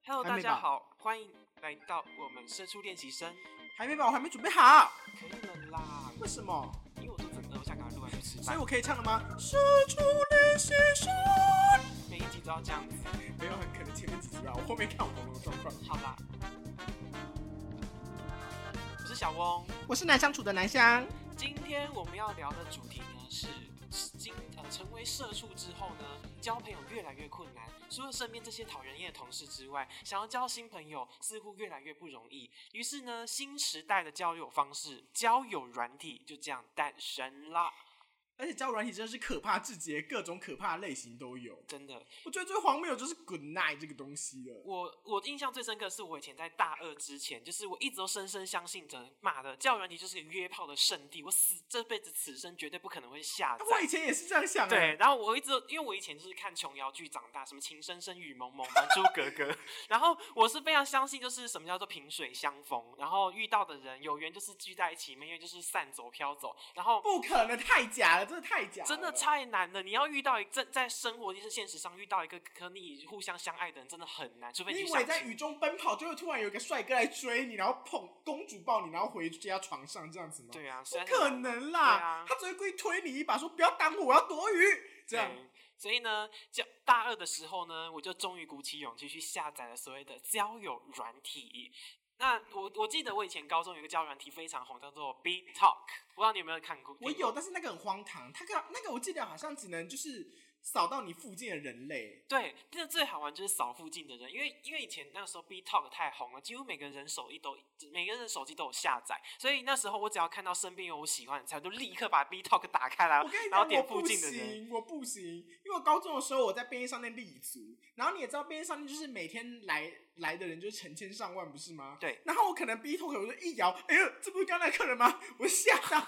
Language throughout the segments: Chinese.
Hello， 大家好，欢迎来到我们社畜练习生。 还没吧？我还没准备好。 可以了啦。 为什么？ 因为我肚子很饿，我想赶快录完去吃饭。 所以我可以唱了吗？社畜练习生。 每一集都要这样子。 没有，很可能前面几集吧，我后面看我喉咙的状况。 好啦。我是小翁， 我是难相处的南香。 今天我们要聊的主题呢是成为社畜之后呢，交朋友越来越困难。除了身边这些讨人厌的同事之外，想要交新朋友似乎越来越不容易。于是呢，新时代的交友方式——交友软体就这样诞生了。 而且交友软体真的是可怕至极，各种可怕的类型都有。 真的， 我觉得最荒谬就是 Good Night 这个东西了。 我印象最深刻的是我以前在大二之前，就是我一直都深深相信着，妈的，交友软体就是个约炮的圣地，我这辈子此生绝对不可能会下载。 我以前也是这样想。 对，然后我一直因为我以前就是看琼瑶剧长大，什么情深深雨蒙蒙、还珠格格，然后我是非常相信就是什么叫做萍水相逢，然后遇到的人有缘就是聚在一起，没缘就是散走飘走，然后不可能，太假了，真的太假了， 真的太难了。你要遇到在生活就是现实上遇到一个和你互相相爱的人，真的很难，除非你以为在雨中奔跑，就会突然有一个帅哥来追你，然后公主抱你，然后回家床上这样子吗？ 对啊， 不可能啦！啊、他只会故意推你一把，说不要挡我，我要躲雨。这样， 所以呢，大二的时候呢，我就终于鼓起勇气去下载了所谓的交友软体。那我记得我以前高中有一个交友软体非常红，叫做 BeeTalk， 不知道你有没有看过？ 我有，但是那个很荒唐，那个我记得好像只能就是扫到你附近的人类。 对，那最好玩就是扫附近的人，因为以前那时候 BeeTalk 太红了，几乎每个人手机都有下载，所以那时候我只要看到身边有我喜欢的菜，我就立刻把 BeeTalk 打开来，然后点附近的人。 我不行，因为我高中的时候我在便利商店立足，然后你也知道便利商店就是每天来的人就是成千上万，不是吗？ 对。然后我可能 BeeTalk 我就一摇，哎呦，这不是刚才客人吗？我吓到。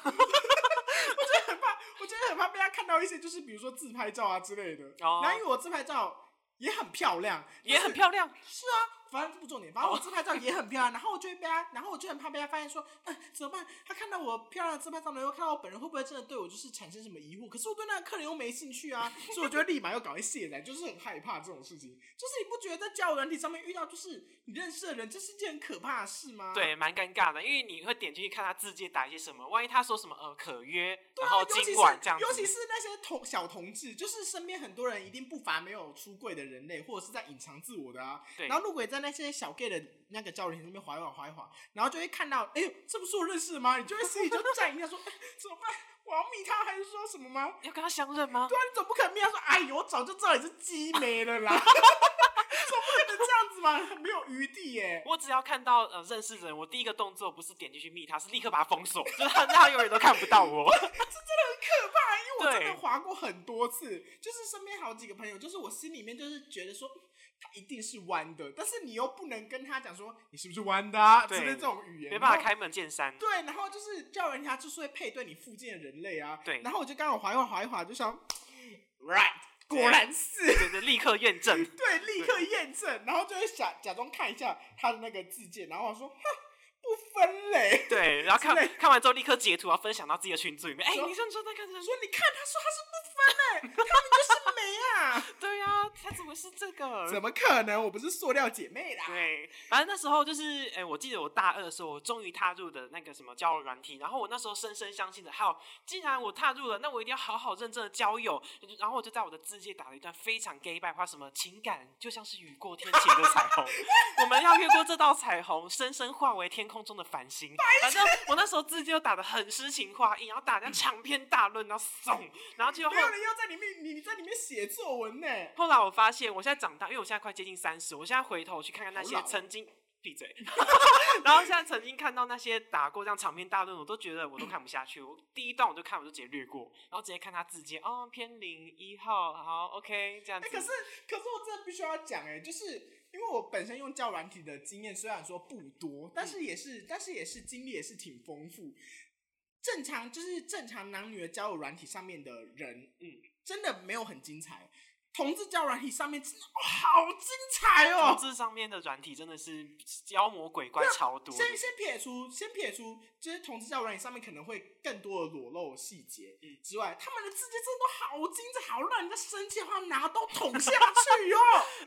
我真的很怕被他看到一些，就是比如说自拍照啊之类的。然后因为我自拍照也很漂亮， 也很漂亮。 是啊，反正这不重点。反正我自拍照也很漂亮，然后我就很怕被他发现说，怎么办？他看到我漂亮的自拍照，然后看到我本人，会不会真的对我就是产生什么疑惑？可是我对那个客人又没兴趣啊，所以我就会立马又赶快卸载，就是很害怕这种事情。就是你不觉得在交友软体上面遇到就是你认识的人，这是一件很可怕的事吗？ 对，蛮尴尬的，因为你会点进去看他自介打一些什么，万一他说什么可约，然后今晚这样子。 尤其是那些小同志，就是身边很多人一定不乏没有出柜的人类，或者是在隐藏自我的啊。 对。 然后如果也在那些小 gay 的那个交友软体上面滑一滑，然后就会看到，哎呦，这不是我认识的吗？你就会心里就站一下说，怎么办？我要密他，还是说什么吗？ 要跟他相认吗？ 对啊，你总不可能密他说，哎呦，我早就知道你是鸡妹了啦。总不可能这样子嘛，很没有余地耶。 我只要看到认识的人，我第一个动作不是点进去密他，是立刻把他封锁，就是让他永远都看不到我。 这真的很可怕，因为我真的滑过很多次，就是身边好几个朋友，就是我心里面就是觉得说他一定是弯的，但是你又不能跟他讲说你是不是弯的啊之类这种语言， 没办法开门见山。 对，然后就是叫人家就是会配对你附近的人类啊。 对， 然后我就刚好滑一滑，就想 right。果然是， 对，立刻验证。 对，立刻验证，然后就会假装看一下他的那个字界，然后我说，不分类。 对，然后看完之后立刻截图，然后分享到自己的群组里面。你说那个人说，你看他说他是不分他们就是没啊。 对啊，他怎么是这个？ 怎么可能？我不是塑料姐妹啦。 对，反正那时候就是，我记得我大二的时候，我终于踏入的那个什么交友软体，然后我那时候深深相信着，好，既然我踏入了，那我一定要好好认真的交友。然后我就在我的字界打了一段非常 gay 白话，什么情感就像是雨过天晴的彩虹，我们要越过这道彩虹，深深化为天空中的繁星。反正我那时候字界就打得很诗情画意，然后打得长篇大论，然后怂，然后结果没有人要在里面，你在里面写作文呢。 后来我发现，我现在长大，因为我现在快接近30，我现在回头去看看那些曾经闭嘴，然后现在曾经看到那些打过这样长篇大论，我都觉得我都看不下去。我第一段我就看，我就直接略过，然后直接看他字界，偏01号，好 OK 这样子。 可是我真的必须要讲，就是因为我本身用交友软体的经验虽然说不多，但是也是经历也是挺丰富。正常男女的交友软体上面的人，真的没有很精彩。同志交友软体上面真的好精彩哦！ 同志上面的软体真的是妖魔鬼怪超多的。 先撇除，就是同志交友软体上面可能会更多的裸露细节之外，他们的字迹真的都好精彩，好让人家生气的话拿刀捅下去哦！ 而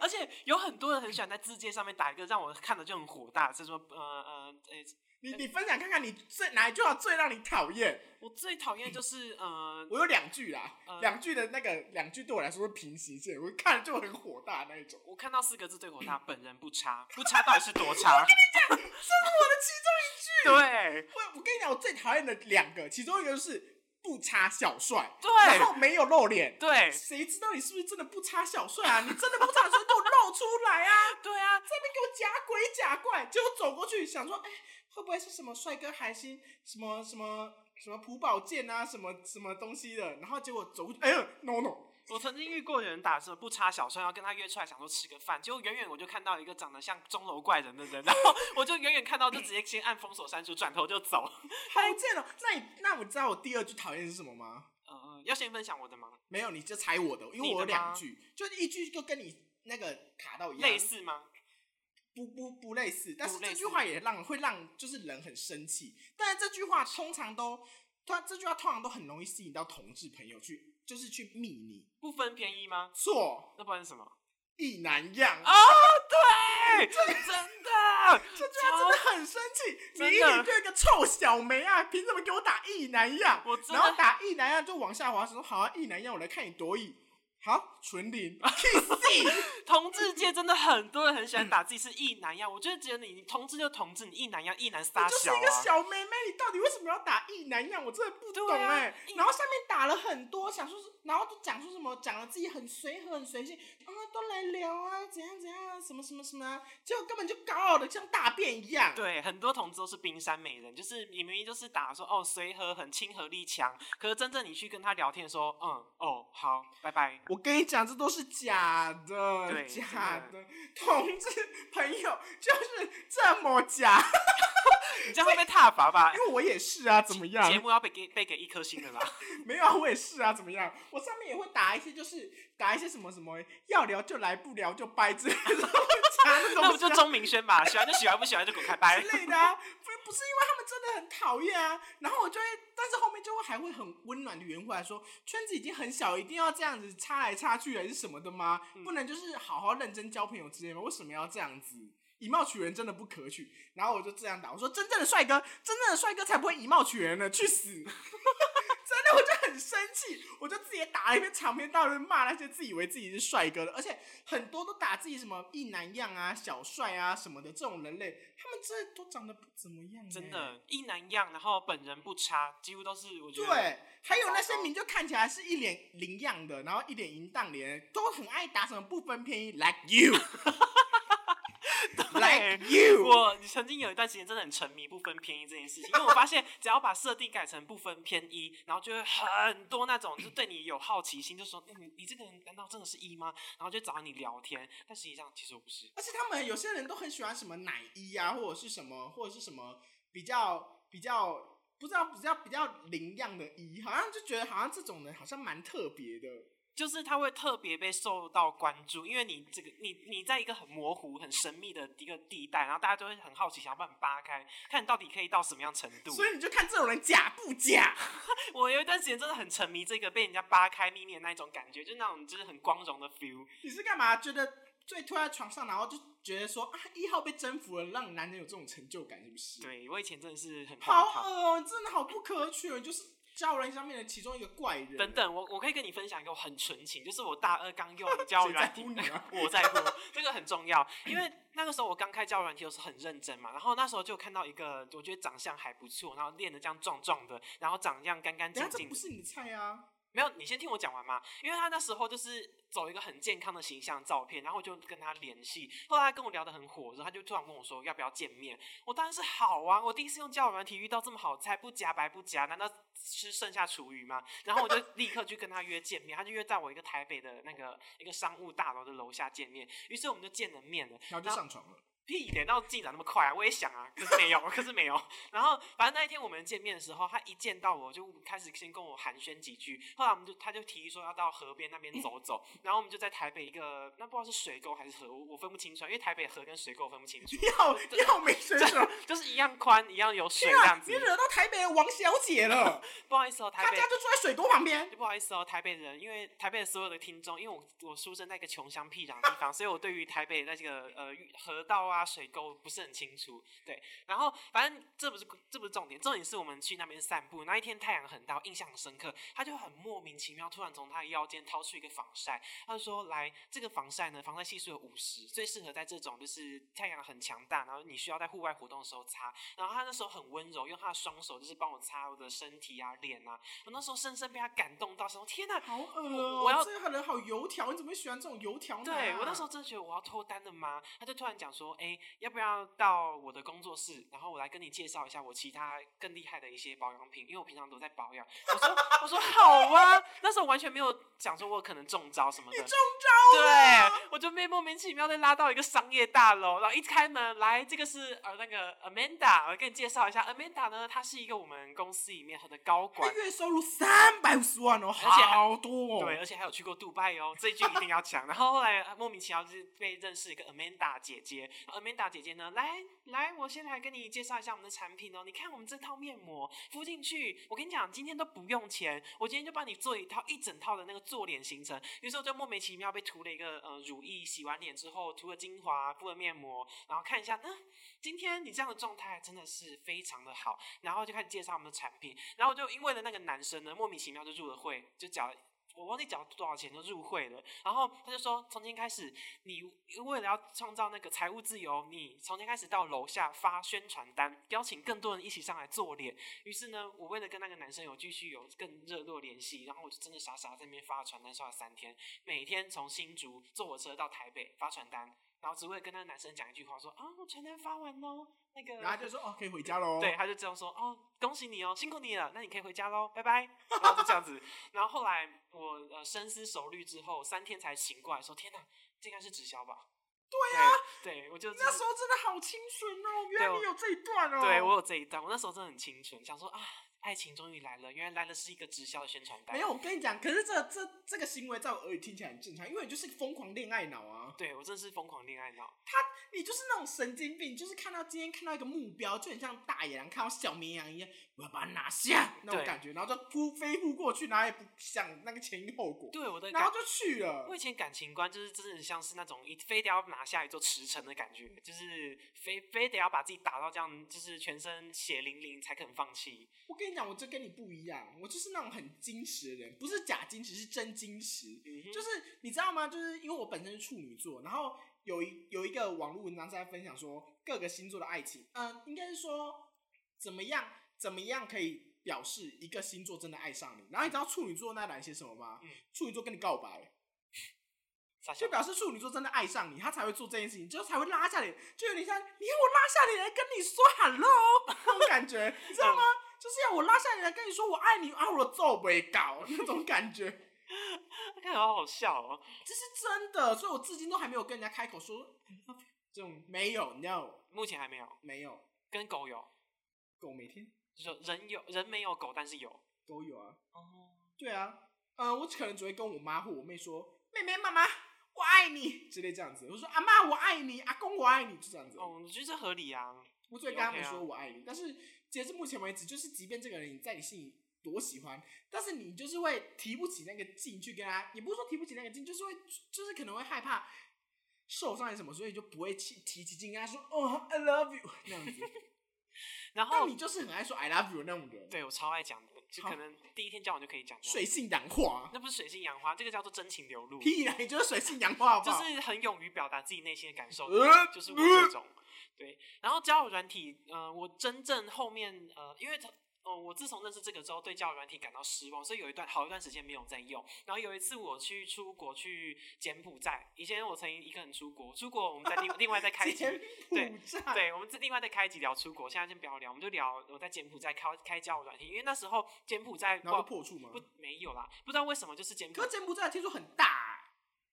且有很多人很喜欢在字界上面打一个让我看的就很火大，是说你分享看看你哪一句话最让你讨厌？ 我最讨厌就是我有2句啦，2句的那个2句对我来说是平行线，我看了就很火大那一种。 我看到4个字最火大，本人不差，不差到底是多差？ 我跟你讲，这是我的其中一句。 对， 我跟你讲，我最讨厌的2个，其中一个就是不差小帅， 对， 然后没有露脸， 对， 谁知道你是不是真的不差小帅啊？你真的不差小帅，给我露出来啊！ 对啊， 在那边给我假鬼假怪，结果走过去想说，会不会是什么帅哥海星，什么朴宝剑啊，什么东西的？然后结果走过去，no。 我曾经遇过有人打什么不差小帅，要跟他约出来想说吃个饭，结果远远我就看到一个长得像钟楼怪人的人，然后我就远远看到就直接先按封锁删除，转头就走。 好贱哦！那我知道我第2句讨厌是什么吗？ 要先分享我的吗？ 没有，你就猜我的，因为我有2句，就一句就跟你那个卡到一样。 类似吗？ 不类似，但是这句话也会让就是人很生气。但是这句话通常都很容易吸引到同志朋友去，就是去密你。 不分偏一吗？ 错， 那不然是什么？ 异男样哦，对，真的， 这句话真的很生气。你一脸就一个臭小梅啊，凭什么给我打异男样？然后打异男样就往下滑，说好啊，异男样，我来看你多异。好，纯零 ，kiss。 同志界真的很多人很喜欢打自己是异男样，我就觉得你同志就同志，你异男样异男撒小啊， 你就是一个小妹妹，你到底为什么要打异男样？我真的不懂然后下面打了很多，想说然后就讲说什么，讲了自己很随和很随性啊，都来聊啊，怎样什么啊，结果根本就高傲的像大便一样。 对，很多同志都是冰山美人，就是你明明就是打说随和很亲和力强，可是真正你去跟他聊天的时候，好，拜拜。 我跟你讲，这都是假的，假的。同志朋友就是这么假。 你这样会被挞伐吧？ 因为我也是啊，怎么样？ 节目要被给1颗星的啦。 没有啊，我也是啊，怎么样？我上面也会打一些，就是打一些什么要聊就来，不聊就掰之类的。 那不就钟明轩吧？喜欢就喜欢，不喜欢就滚开掰之类的啊。不是因为他们真的很讨厌啊，然后我就会，但是后面就会还会很温暖的圆回来说，圈子已经很小，一定要这样子插来插去还是什么的吗？不能就是好好认真交朋友之类吗？为什么要这样子？以貌取人真的不可取。然后我就这样打，我说真正的帅哥才不会以貌取人呢，去死！真的，我就很生气，我就自己打了一篇长篇大论骂那些自以为自己是帅哥的，而且很多都打自己什么异男样啊、小帅啊什么的这种人类，他们真的都长得不怎么样真的异男样，然后本人不差，几乎都是我觉得。 对，还有那些名就看起来是一脸灵样的，然后一脸淫荡脸，都很爱打什么不分偏一 ，like you。Like you， 我曾经有一段时间真的很沉迷不分偏一这件事情，因为我发现只要把设定改成不分偏一，然后就会很多那种就对你有好奇心，就说你这个人难道真的是一吗？然后就找你聊天，但实际上其实我不是。 而且他们有些人都很喜欢什么奶一啊，或者是什么比较不知道比较灵样的一，好像就觉得好像这种人好像蛮特别的。 就是他会特别被受到关注，因为你在一个很模糊、很神秘的一个地带，然后大家都会很好奇，想要把你扒开，看你到底可以到什么样程度。 所以你就看这种人假不假。 我有一段时间真的很沉迷这个被人家扒开秘密的那一种感觉，就是那种就是很光荣的 feel。 你是干嘛？觉得最推在床上，然后就觉得说啊，1号被征服了，让男人有这种成就感，是不是？ 对，我以前真的是很好恶，真的好不可取哦，就是。交友软件上面的其中一个怪人。 等等，我可以跟你分享一个我很纯情，就是我大2刚用交友软体，我在乎，这个很重要，因为那个时候我刚开交友软体的时候很认真嘛，然后那时候就看到一个我觉得长相还不错，然后练得这样壮壮的，然后长得这样干干净净的。 这不是你的菜啊。 没有，你先听我讲完嘛。因为他那时候就是走一个很健康的形象照片，然后我就跟他联系。后来他跟我聊得很火，然后他就突然跟我说要不要见面。我当然是好啊，我第一次用交友软体遇到这么好的菜，不夹白不夹，难道吃剩下厨余吗？然后我就立刻去跟他约见面，他就约在我一个台北的一个商务大楼的楼下见面。于是我们就见了面了， 然后就上床了。 屁的，那进展那么快啊！我也想啊，可是没有。然后反正那一天我们见面的时候，他一见到我就开始先跟我寒暄几句。后来他就提议说要到河边那边走走，然后我们就在台北一个那不知道是水沟还是河，我分不清楚，因为台北河跟水沟我分不清楚。 你好没水准， 就是一样宽，一样有水这样子。 你惹到台北的王小姐了。 不好意思哦，台北他家就住在水沟旁边。 不好意思哦，台北人，因为台北的所有的听众，因为我出生在一个穷乡僻壤的地方，所以我对于台北那个河道啊、水沟不是很清楚。对，然后反正这不是重点，重点是我们去那边散步，那一天太阳很大，印象很深刻。他就很莫名其妙，突然从他的腰间掏出一个防晒，他就说：“来，这个防晒呢，防晒系数有50，最适合在这种就是太阳很强大，然后你需要在户外活动的时候擦。”然后他那时候很温柔，用他的双手就是帮我擦我的身体啊、脸啊。我那时候深深被他感动到，说：“天哪， 好恶哦！这个人好油条，你怎么会喜欢这种油条呢？” 对，我那时候真的觉得我要脱单了吗？他就突然讲说：“要不要到我的工作室，然后我来跟你介绍一下我其他更厉害的一些保养品，因为我平常都在保养。”我说好啊，那时候完全没有想说我可能中招什么的。 你中招了？对，我就被莫名其妙的拉到一个商业大楼，然后一开门来，这个是那个 Amanda， 我跟你介绍一下 ，Amanda 呢，她是一个我们公司里面的高管， 月收入350万哦，好多哦。 对，而且还有去过杜拜哦，这一句一定要讲。然后后来莫名其妙就是被认识一个 Amanda 姐姐，Amanda 姐姐呢，来，我先来跟你介绍一下我们的产品哦。你看我们这套面膜敷进去，我跟你讲，今天都不用钱，我今天就帮你做一整套的那个做脸行程。于是我就莫名其妙被涂了一个乳液，洗完脸之后涂了精华，敷了面膜，然后看一下，今天你这样的状态真的是非常的好，然后就开始介绍我们的产品，然后就因为了那个男生呢，莫名其妙就入了会，就我忘记缴多少钱就入会了，然后他就说从今天开始，你为了要创造那个财务自由，你从今天开始到楼下发宣传单，邀请更多人一起上来做脸。于是呢，我为了跟那个男生继续有更热络联系，然后我就真的傻傻在那边发传单，刷了3天，每天从新竹坐我车到台北发传单。然后只为了跟那个男生讲一句话，说我传单发完咯，那个， 然后就说可以回家咯。 对，他就这样说恭喜你哦，辛苦你了，那你可以回家咯，拜拜。然后就这样子，然后后来我深思熟虑之后，3天才醒过来说，天哪，这应该是直销吧？ 对啊， 对，我就那时候真的好清纯哦，原来你有这一段哦。 对，我有这一段，我那时候真的很清纯，想说爱情终于来了，原来来的是一个直销的宣传单。 没有，我跟你讲，可是这个行为在我耳里听起来很正常，因为你就是疯狂恋爱脑啊。 对，我真的是疯狂恋爱脑。 你就是那种神经病，就是今天看到一个目标，就很像大野狼看到小绵羊一样，我要把它拿下那种感觉，然后就飞扑过去，然后也不想那个前因后果。 对， 然后就去了。 我以前感情观就是真的像是那种非得要拿下一座驰骋的感觉，就是非得要把自己打到这样，就是全身血淋淋才肯放弃。 我跟你讲，我这跟你不一样，我就是那种很矜持的人，不是假矜持，是真矜持。就是你知道吗？就是因为我本身是处女座，然后有一个网络文章在分享说各个星座的爱情，应该是说怎么样可以表示一个星座真的爱上你。然后你知道处女座那来些什么吗？处女座跟你告白，就表示处女座真的爱上你，他才会做这件事情，就才会拉下脸，就有点像你看我拉下脸来跟你说 hello 那种感觉，你知道吗？就是要我拉下脸来跟你说我爱你啊，我的皱眉搞那种感觉。 看起来好好笑哦， 这是真的，所以我至今都还没有跟人家开口说这种没有 ，no， 目前还没有，跟狗有， 狗每天人没有狗，但是有都有啊。对啊，我可能只会跟我妈或我妹说，妹妹妈妈我爱你之类这样子，我说阿妈我爱你，阿公我爱你，就这样子。 我觉得这合理啊， 我只会跟他们说我爱你，但是截至目前为止，就是即便这个人你在你心里多喜欢，但是你就是会提不起那个劲去跟他，也不是说提不起那个劲，就是可能会害怕受伤还是什么，所以就不会提起劲跟他说I love you 那样子。 然后你就是很爱说 I love you 那种人。 对，我超爱讲的，就可能第一天交往就可以讲。 水性杨花， 那不是水性杨花，这个叫做真情流露。 屁啦，你就是水性杨花好不好？ 就是很勇于表达自己内心的感受，就是我这种。对，然后交友软体，我真正后面因为我自从认识这个之后，对交友软体感到失望，所以好一段时间没有在用。然后有一次我出国去柬埔寨，以前我曾经一个人出国我们再另外再开一集，对，我们另外再开一集聊出国，现在先不要聊，我们就聊我在柬埔寨开交友软体，因为那时候柬埔寨然后破处吗？ 没有啦，不知道为什么就是柬埔寨， 可是柬埔寨听说很大。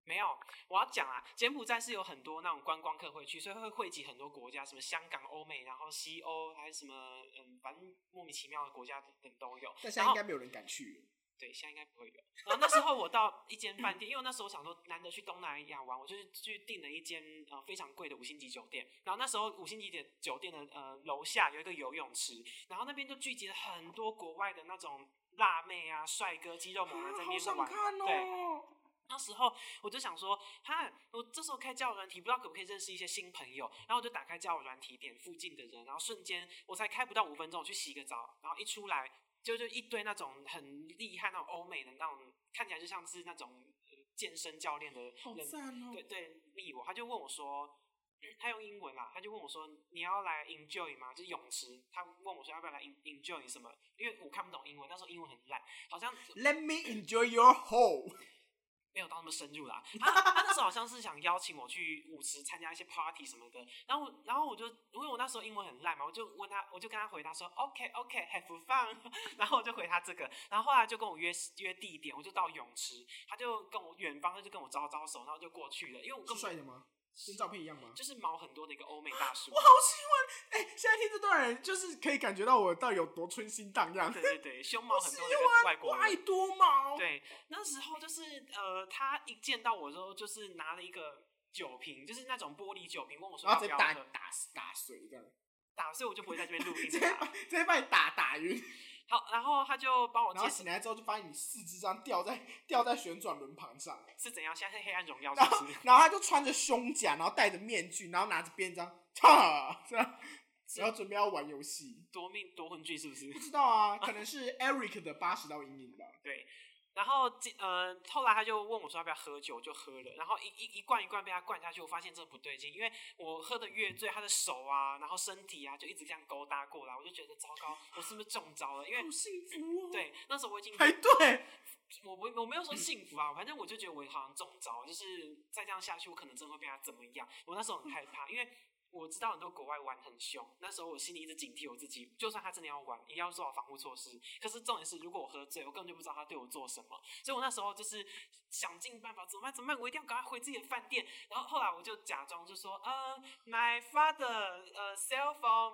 没有，我要讲啊，柬埔寨是有很多那种观光客会去，所以会汇集很多国家，什么香港、欧美，然后西欧，还是什么反正莫名其妙的国家等都有。 但现在应该没有人敢去。 对，现在应该不会有。然后那时候我到一间饭店，因为那时候我想说难得去东南亚玩，我就是去订了一间非常贵的5星级酒店。然后那时候5星级的酒店的楼下有一个游泳池，然后那边就聚集了很多国外的那种辣妹啊、帅哥、肌肉猛男在那边玩。 好想看哦。 对。那时候我就想说，我这时候开交友软体，不知道可不可以认识一些新朋友。然后我就打开交友软体，点附近的人，然后瞬间我才开不到5分钟，我去洗个澡，然后一出来就一堆那种很厉害那种欧美的那种，看起来就像是那种健身教练的人， 好赞哦！ 对，密我，他就问我说。他用英文啦，他就问我说：“你要来 enjoy 吗？”就是泳池。他问我说：“要不要来 enjoy 什么？”因为我看不懂英文，那时候英文很烂，好像 Let me enjoy your hole。 没有到那么深入啦。他那时候好像是想邀请我去舞池参加一些 party 什么的。然后我就因为我那时候英文很烂嘛，我就跟他回答说 OK have fun。然后我就回他这个，然后后来就跟我约地点，我就到泳池，他就跟我远方就跟我招手，然后就过去了。因为我根本是帅的吗？跟照片一样吗？ 就是毛很多的一个欧美大叔。 我好喜欢！现在听这段人，就是可以感觉到我到底有多春心荡漾。 对，胸毛很多的一个外国人。 我爱多毛。 对，那时候就是他一见到我之后，就是拿了一个酒瓶，就是那种玻璃酒瓶，问我说要不要喝。 然后直接打碎这样。 打碎我就不会在这边录音了。直接把你打晕。 好，然后他就帮我， 然后醒来之后就发现你4肢这样吊在旋转轮盘上， 是怎样？现在是黑暗荣耀是不是？ 然后他就穿着胸甲，然后戴着面具，然后拿着鞭章，这样，然后准备要玩游戏， 夺命夺魂锯是不是？ 不知道啊，可能是 Eric 的80道阴影吧。 对。然后后来他就问我说要不要喝酒，就喝了。然后一罐一罐被他灌下去，我发现这不对劲，因为我喝的越醉，他的手啊，然后身体啊，就一直这样勾搭过来，我就觉得糟糕，我是不是中招了？因为好幸福哦。 对，那时候我已经排队。 我没有说幸福啊，反正我就觉得我好像中招，就是再这样下去，我可能真的会被他怎么样。我那时候很害怕，因为我知道很多国外玩很凶，那时候我心里一直警惕我自己，就算他真的要玩，也要做好防护措施。可是重点是，如果我喝醉，我根本就不知道他对我做什么，所以我那时候就是想尽办法，怎么办？我一定要赶快回自己的饭店。然后后来我就假装就说，my father cell phone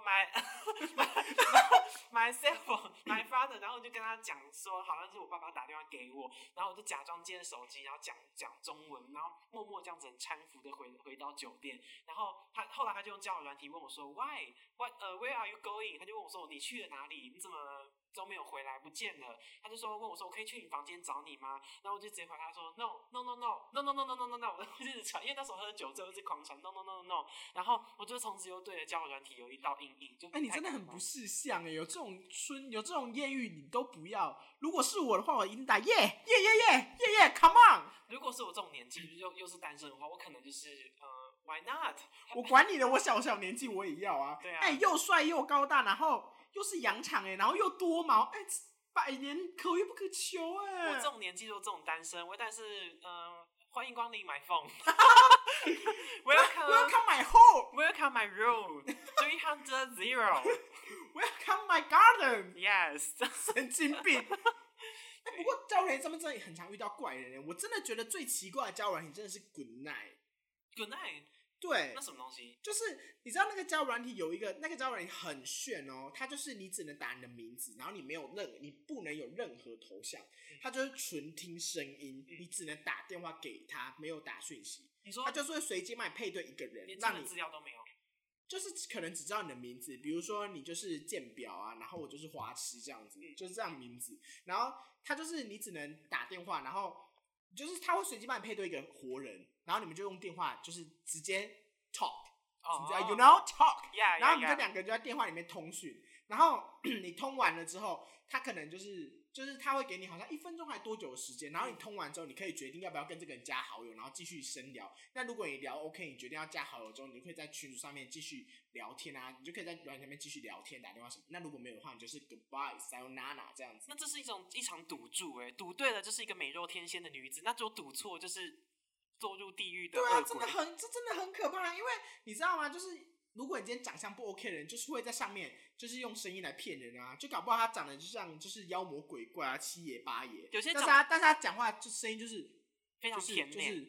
my cell phone my father， 然后我就跟他讲说，好像是我爸爸打电话给我，然后我就假装接手机，然后讲中文，然后默默这样子很搀扶的回到酒店。然后后来他就用交友软体问我说 where are you going？ 他就问我说你去了哪里？你怎么都没有回来，不见了？他就问我说我可以去你房间找你吗？然后我就直接回他说 no， 我就一直传，因为那时候喝酒醉，我一直狂传 no。然后我就从此又对着交友软体有一道阴影。 你真的很不识相哎！有这种艳遇你都不要。如果是我的话，我一定打耶 come on。 如果是我这种年纪又是单身的话，我可能就是why not？ 我管你的，我小年纪我也要啊！ 对啊， 又帅又高大，然后又是洋场然后又多毛百年可遇不可求我这种年纪就这种单身，但是欢迎光临 my phone。 Welcome my home. Welcome my room. 300. Welcome my garden. Yes. 神经病。不过交友软件上面真的很常遇到怪人，我真的觉得最奇怪的交友软件真的是 Good Night。Good Night。 对， 那什么东西？ 就是你知道那个交友软体有一个那个交友软体很炫哦，它就是你只能打你的名字，然后你不能有任何头像，它就是纯听声音，你只能打电话给他，没有打讯息。 你说它就是会随机帮你配对一个人， 连让你资料都没有， 就是可能只知道你的名字，比如说你就是鉴表啊，然后我就是花痴这样子，就是这样名字，然后它就是你只能打电话，然后就是他会随机帮你配对一个活人，然后你们就用电话就是直接 talk， 你知道 you know talk， 然后你们就2个人就在电话里面通讯，然后你通完了之后，他可能就是他会给你好像1分钟还多久的时间，然后你通完之后，你可以决定要不要跟这个人加好友，然后继续深聊。那如果你聊 OK， 你决定要加好友之后，你就可以在群组上面继续聊天啊，你就可以在软件上面继续聊天、打电话什么。那如果没有的话，你就是 goodbye sayonara 这样子。 那这是一场赌注赌对了就是一个美若天仙的女子，那如果赌错就是堕入地狱的恶鬼。 对啊，这真的很可怕，因为你知道吗？就是如果你今天长相不 OK 的人，就是会在上面就是用声音来骗人啊，就搞不好他长得就像就是妖魔鬼怪啊、七爷八爷，但是他讲话就声音就是非常甜美， 就是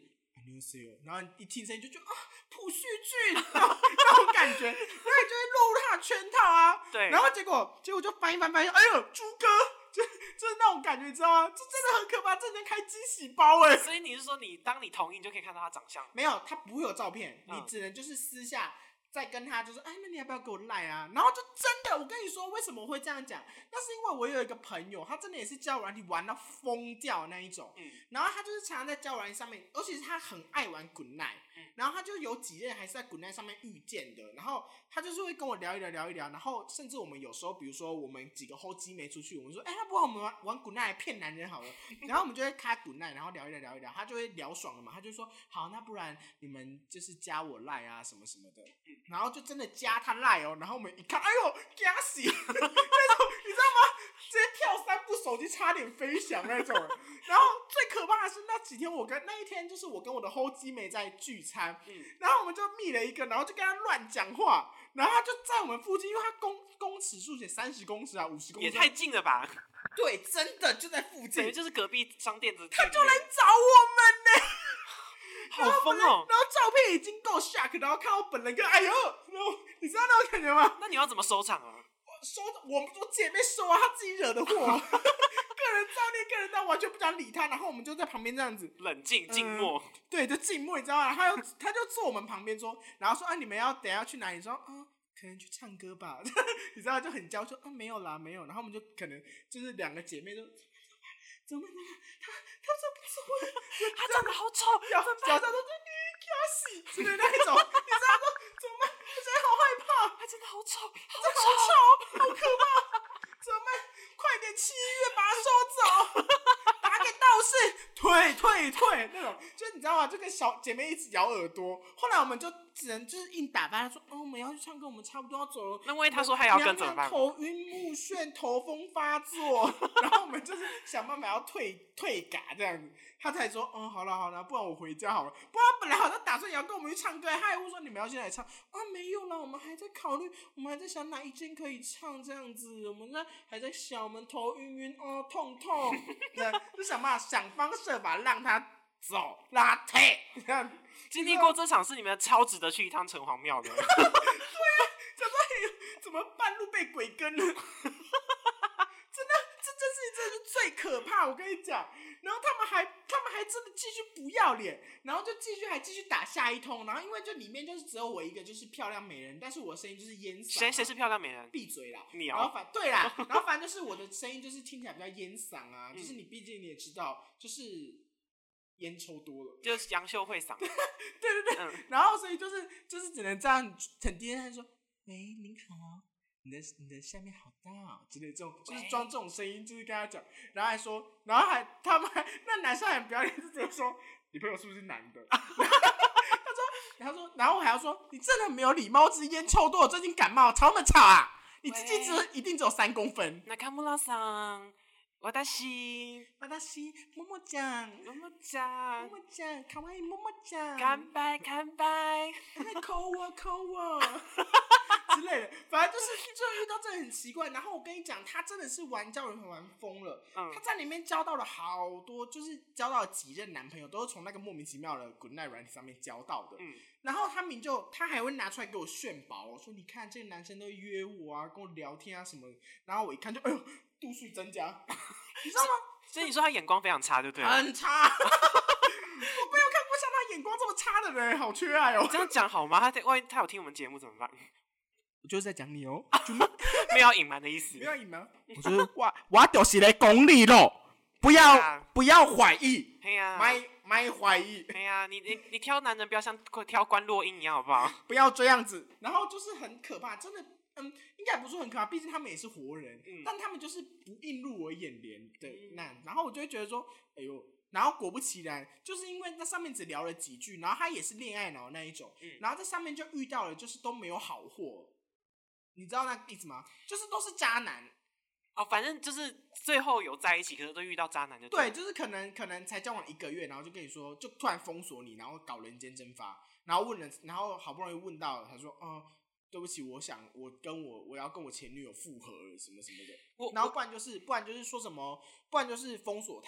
안녕하세요，然后一听声音就觉得啊，朴叙俊，那种感觉，然后你就会落入他的圈套啊。 对。 然后结果就翻一翻，哎呦，猪哥，就是那种感觉，你知道吗？这真的很可怕，这能开惊喜包哎。 所以你是说当你同意，你就可以看到他长相？ 没有，他不会有照片，你只能就是私下。再跟他就说，哎，那你要不要给我赖啊？然后就真的，我跟你说，为什么我会这样讲？那是因为我有一个朋友，他真的也是交友软体玩到疯掉的那一种。然后他就是常常在交友软体上面，而且是他很爱玩Good Night。然后他就有几任还是在Good Night上面遇见的。然后他就是会跟我聊一聊，然后甚至我们有时候，比如说我们几个后机没出去，我们说，哎，要不然我们玩Good Night骗男人好了。然后我们就会开Good Night，然后聊一聊，他就会聊爽了嘛，他就说，好，那不然你们就是加我赖啊什么什么的。然后就真的加他赖哦，然后我们一看，哎呦，惊死！那种你知道吗？直接跳3步，手机差点飞翔那种。然后最可怕的是那几天，那一天就是我跟我的后机妹在聚餐，然后我们就密了一个，然后就跟他乱讲话，然后他就在我们附近，因为他公尺数写30公尺啊，50公尺， 也太近了吧？ 对，真的就在附近， 等于就是隔壁商店的， 他就来找我们呢。 好疯哦！ 然后照片已经够 shock， 然后看到本人跟哎呦，然后你知道那种感觉吗？ 那你要怎么收场啊？ 我们都姐妹收啊，他自己惹的祸。个人造孽，个人到完全不想理他，然后我们就在旁边这样子冷静静默， 对，就静默，你知道吗？他就坐我们旁边说，然后说啊，你们等一下去哪里？说可能去唱歌吧，你知道就很娇说没有啦，没有。然后我们就可能就是2个姐妹就。怎么他怎么走了？ 他长得好丑， 脚上都是卡死之类的那一种，你知道说怎么办？我真的好害怕， 他真的好丑， 好可怕！怎么办？快点7月把他收走，打给道士，退那种，就你知道吗？就跟小姐妹一直咬耳朵。后来我们就只能就是硬打发他说，我们要去唱歌，我们差不多要走了。 那万一他说他也要跟怎么办？ 头晕目眩，头风发作，然后我们就是想办法要退嘎这样子。他才说，好了，不然我回家好了。不然他本来好像打算也要跟我们去唱歌，他还会说你们要先来唱没有啦，我们还在考虑，我们还在想哪一间可以唱这样子，我们还在想，我们头晕痛，对，就想办法想方设法让他走，让他退这样子。 经历过这场是你们超值得去一趟城隍庙的。 对啊，想说怎么半路被鬼跟了？真的，这件事情真的是最可怕，我跟你讲。然后他们还真的继续不要脸，然后就继续打下一通。然后因为就里面就是只有我一个就是漂亮美人，但是我的声音就是烟嗓。 谁是漂亮美人？ 闭嘴啦！ 你然后对啦，然后反正就是我的声音就是听起来比较烟嗓啊，就是你毕竟你也知道，就是烟抽多了， 就是杨秀慧嗓。 对，然后所以就是只能这样很低声说，喂，您好。你的下面好大之类这种，就是装这种声音，就是跟他讲，然后还说，然后他们那男生还很不要脸，就直接说你朋友是不是男的？他说，然后我还要说你真的很没有礼貌，只是烟抽多了，最近感冒，吵那么吵啊！你自己一定只有3公分。 中村さん、私ももちゃん、可愛いももちゃん， 乾杯， 扣我。之类的，反正就遇到这很奇怪。然后我跟你讲，他真的是玩交友软体玩疯了。他在里面交到了好多，就是交到了几任男朋友，都是从那个莫名其妙的 Good Night 软体上面交到的。然后他还会拿出来给我炫宝，说你看这个男生都约我啊，跟我聊天啊什么的。然后我一看就，哎呦，度数增加，你知道吗？ 所以你说他眼光非常差，对不对？ 很差。我没有看过像他眼光这么差的人，好缺爱哦。 你这样讲好吗？万一他有听我们节目怎么办？ 我就是在讲你哦， 没有隐瞒的意思。 没有隐瞒，我就是我就是来讲你咯，不要怀疑，没怀疑。 哎呀，你挑男人不要像挑关洛英一样，好不好？ 不要这样子。然后就是很可怕，真的，应该不是很可怕，毕竟他们也是活人，但他们就是不映入我眼帘的那。然后我就会觉得说，哎呦。然后果不其然，就是因为那上面只聊了几句，然后他也是恋爱脑那一种，然后在上面就遇到了，就是都没有好货。你知道那个意思吗？就是都是渣男。 反正就是最后有在一起，可是都遇到渣男就对，就是可能才交往1个月，然后就跟你说，就突然封锁你，然后搞人间蒸发，然后好不容易问到了，他说，对不起，我要跟我前女友复合了什么什么的，然后不然就是说什么，不然就是封锁他，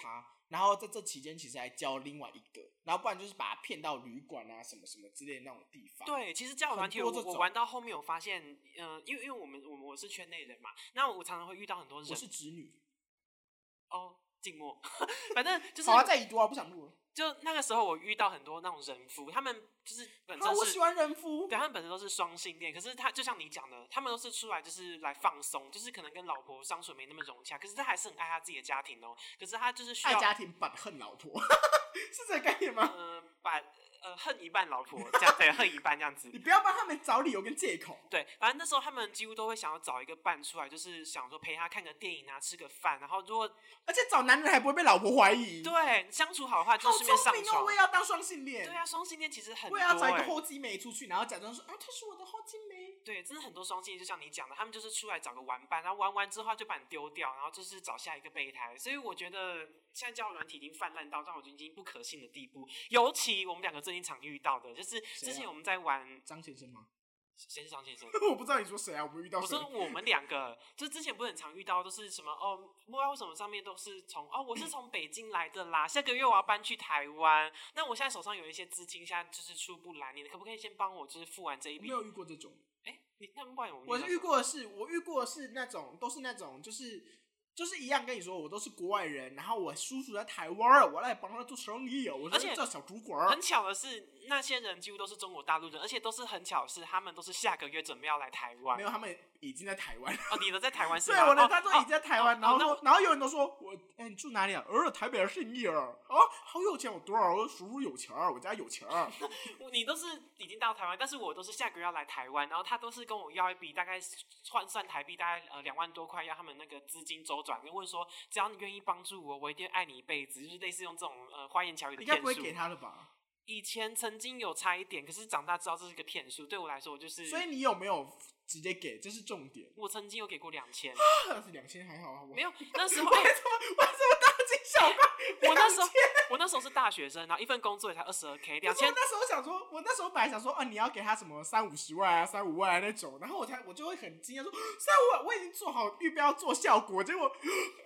然后在这期间其实还交另外一个，然后不然就是把他骗到旅馆啊什么什么之类的那种地方。 对，其实交友软体我玩到后面我发现，因为我是圈内人嘛，那我常常会遇到很多人。 我是直女。 哦，静默。反正就是。 好啊，再已读啊，不想录了。 就那个时候，我遇到很多那种人夫，他们就是本身是， 我喜欢人夫， 对，他们本身都是双性恋，可是他就像你讲的，他们都是出来就是来放松，就是可能跟老婆相处没那么融洽，可是他还是很爱他自己的家庭哦。可是他就是需要爱家庭but恨老婆，是这个概念吗？ 恨一半老婆这样，对，恨一半这样子。 你不要帮他们找理由跟借口。 对，反正那时候他们几乎都会想要找一个伴出来，就是想说陪他看个电影啊，吃个饭，然后如果而且找男人还不会被老婆怀疑。 对，相处好的话就顺便上床。 好聪明哦，我也要当双性恋。 对啊，双性恋其实很多。 我也要找一个后继妹出去，然后假装说啊，他是我的后继妹。 对，真的很多双性恋，就像你讲的，他们就是出来找个玩伴，然后玩完之后就把你丢掉，然后就是找下一个备胎。所以我觉得现在交友软体已经泛滥到让我已经不可信的地步。尤其我们两个最近常遇到的，就是之前我们在玩张先生吗？ 谁是张先生？ 我不知道你说谁啊，我们遇到谁？ 我说我们两个，就是之前不是很常遇到，都是什么不知道为什么上面都是我是从北京来的啦，下个月我要搬去台湾，那我现在手上有一些资金，现在就是出不来，你可不可以先帮我就是付完这一笔？ 我没有遇过这种。 你那不然我遇过的是那种都是那种就是一样跟你说，我都是国外人，然后我叔叔在台湾，我来帮他做生意，我是叫小主管。 很巧的是，那些人几乎都是中国大陆人，而且都是很巧的是，他们都是下个月准备要来台湾。 没有，他们已经在台湾。 你的在台湾是吗？ 对，我的他都已经在台湾，然后有人都说你住哪里啊？台北的信义啊，好有钱，我多少？我叔叔有钱，我家有钱。 你都是已经到台湾，但是我都是下个月要来台湾，然后他都是跟我要一笔大概换算台币大概2万多块，要他们那个资金周转，问说只要你愿意帮助我，我一定爱你一辈子，就是类似用这种花言巧语的骗术。 应该不会给他的吧？ 以前曾经有差一点，可是长大知道这是个骗术，对我来说我就是。 所以你有没有直接给？这是重点。 我曾经有给过2000。 2000还好啊。 没有，那时候为什么大惊小怪？ 我那时候是大学生，然后一份工作也才22K，2000。 我那时候本来想说，你要给他什么30-50万啊，35万啊那种，然后我就会很惊讶说，35万我已经做好预备要做效果，结果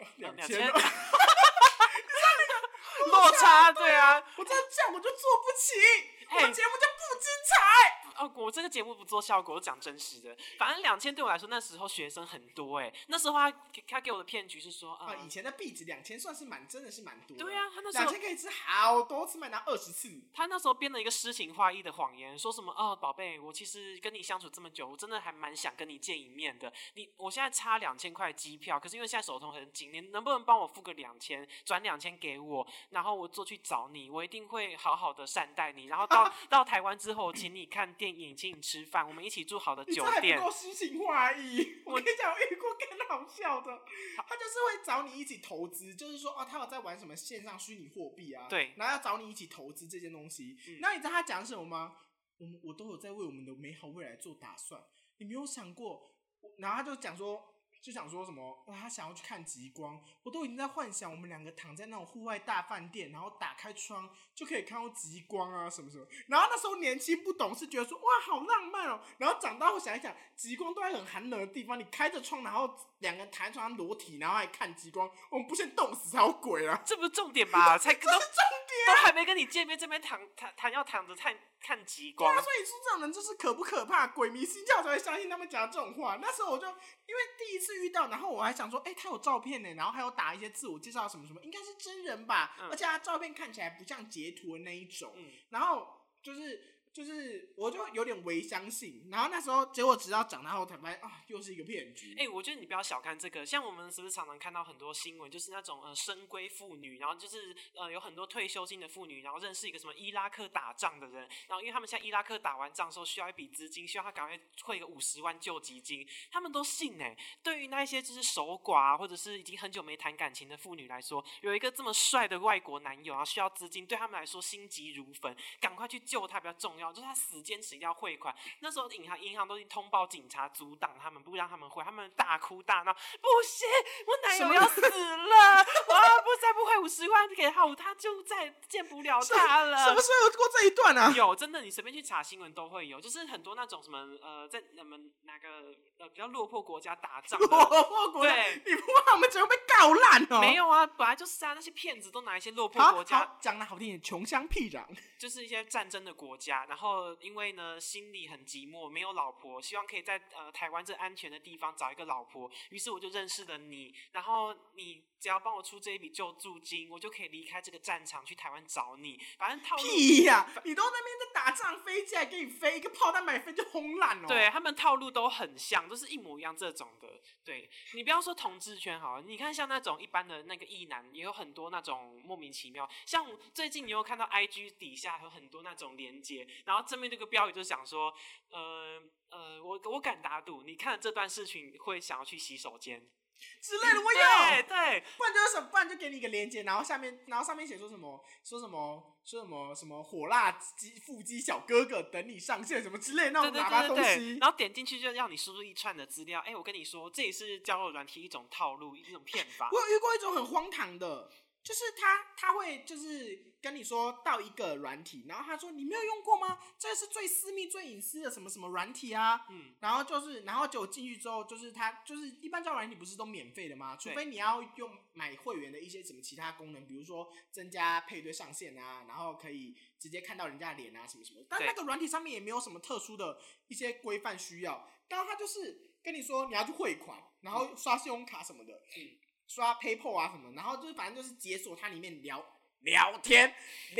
2000。 落差，对啊， 我这样讲我就做不起，我节目就不精彩。 我这个节目不做效果，我讲真实的。反正2000对我来说，那时候学生很多那时候他给我的骗局是说以前的币值2000算是真的是蛮多的。 对啊，他那时候 2000可以吃好多次，拿20次。 他那时候编了一个诗情画意的谎言，说什么宝贝，我其实跟你相处这么久，我真的还蛮想跟你见一面的。我现在差2000块机票，可是因为现在手头很紧，你能不能帮我付个2000，转2000给我，然后我坐去找你，我一定会好好的善待你。然后到台湾之后，请你看电影，请你吃饭，我们一起住好的酒店。 你这还不够诗情画意。我跟你讲，我遇过更好笑的，他就是会找你一起投资，就是说他有在玩什么线上虚拟货币啊， 对， 然后要找你一起投资这件东西。那你知道他讲什么吗？我都有在为我们的美好未来做打算。你没有想过？然后他就讲说什么他想要去看极光，我都已经在幻想我们两个躺在那种户外大饭店，然后打开窗就可以看到极光啊什么什么。然后那时候年轻不懂事，觉得说哇好浪漫哦。然后长大后想一想，极光都在很寒冷的地方，你开着窗，然后两个人躺在床上裸体，然后还看极光，我们不先冻死才有鬼啊！ 这不是重点吧？这是重点，都还没跟你见面，这边要躺着看极光。 对啊，所以说这种人就是可不可怕，鬼迷心窍才会相信他们讲的这种话。那时候我就因为第一次遇到，然后我还想说，他有照片呢，然后还有打一些自我介绍什么什么，应该是真人吧，而且他照片看起来不像截图的那一种，然后就是我就有点微相信，然后那时候结果直到长大后才发现又是一个骗局。 我觉得你不要小看这个，像我们是不是常常看到很多新闻，就是那种深闺妇女，然后就是有很多退休金的妇女，然后认识一个什么伊拉克打仗的人，然后因为他们现在伊拉克打完仗的时候需要一笔资金，需要他赶快汇个50万救济金，他们都信对于那一些就是守寡或者是已经很久没谈感情的妇女来说，有一个这么帅的外国男友，然后需要资金，对他们来说心急如焚，赶快去救他比较重要。 要，就是他死坚持一定要汇款。那时候银行都已经通报警察阻挡他们，不让他们汇，他们大哭大闹，不行，我男友要死了，我再不汇50万给他，他就再见不了他了。 什么时候有过这一段啊？ 有，真的，你随便去查新闻都会有，就是很多那种什么在你们哪个比较落魄国家打仗的， 落魄国家， 对， 你不怕我们整个被告烂哦？ 没有啊，本来就是啊，那些骗子都拿一些落魄国家， 讲的好听点，穷乡僻壤， 就是一些战争的国家，然后因为呢心里很寂寞，没有老婆，希望可以在台湾这安全的地方找一个老婆，于是我就认识了你，然后你只要帮我出这一笔救助金，我就可以离开这个战场去台湾找你。反正套路屁呀、你都那边在打仗，飞机还给你飞一个炮弹，买飞就轰烂哦。 对，他们套路都很像，都是一模一样这种的。对，你不要说同志圈好了，你看像那种一般的那个异男，也有很多那种莫名其妙。像最近你有看到 IG 底下有很多那种连结，然后正面这个标语就想说，我敢打赌，你看了这段视频会想要去洗手间之类的，我有。 对， 不然就是什么，不然就给你一个链接，然后上面写说什么火辣腹肌小哥哥等你上线什么之类的那种喇叭东西， 然后点进去就让你输入一串的资料。我跟你说，这也是交友软体一种套路，一种骗法。 我有遇过一种很荒唐的，就是他会就是跟你说到一个软体，然后他说你没有用过吗？这是最私密最隐私的什么什么软体啊，然后就进去之后，就是他就是一般交友软体不是都免费的吗？除非你要用买会员的一些什么其他功能，比如说增加配对上限啊，然后可以直接看到人家的脸啊什么什么，但那个软体上面也没有什么特殊的一些规范需要，然后他就是跟你说你要去汇款，然后刷信用卡什么的，刷 PayPal 啊什么，然后就是反正就是解锁它里面聊天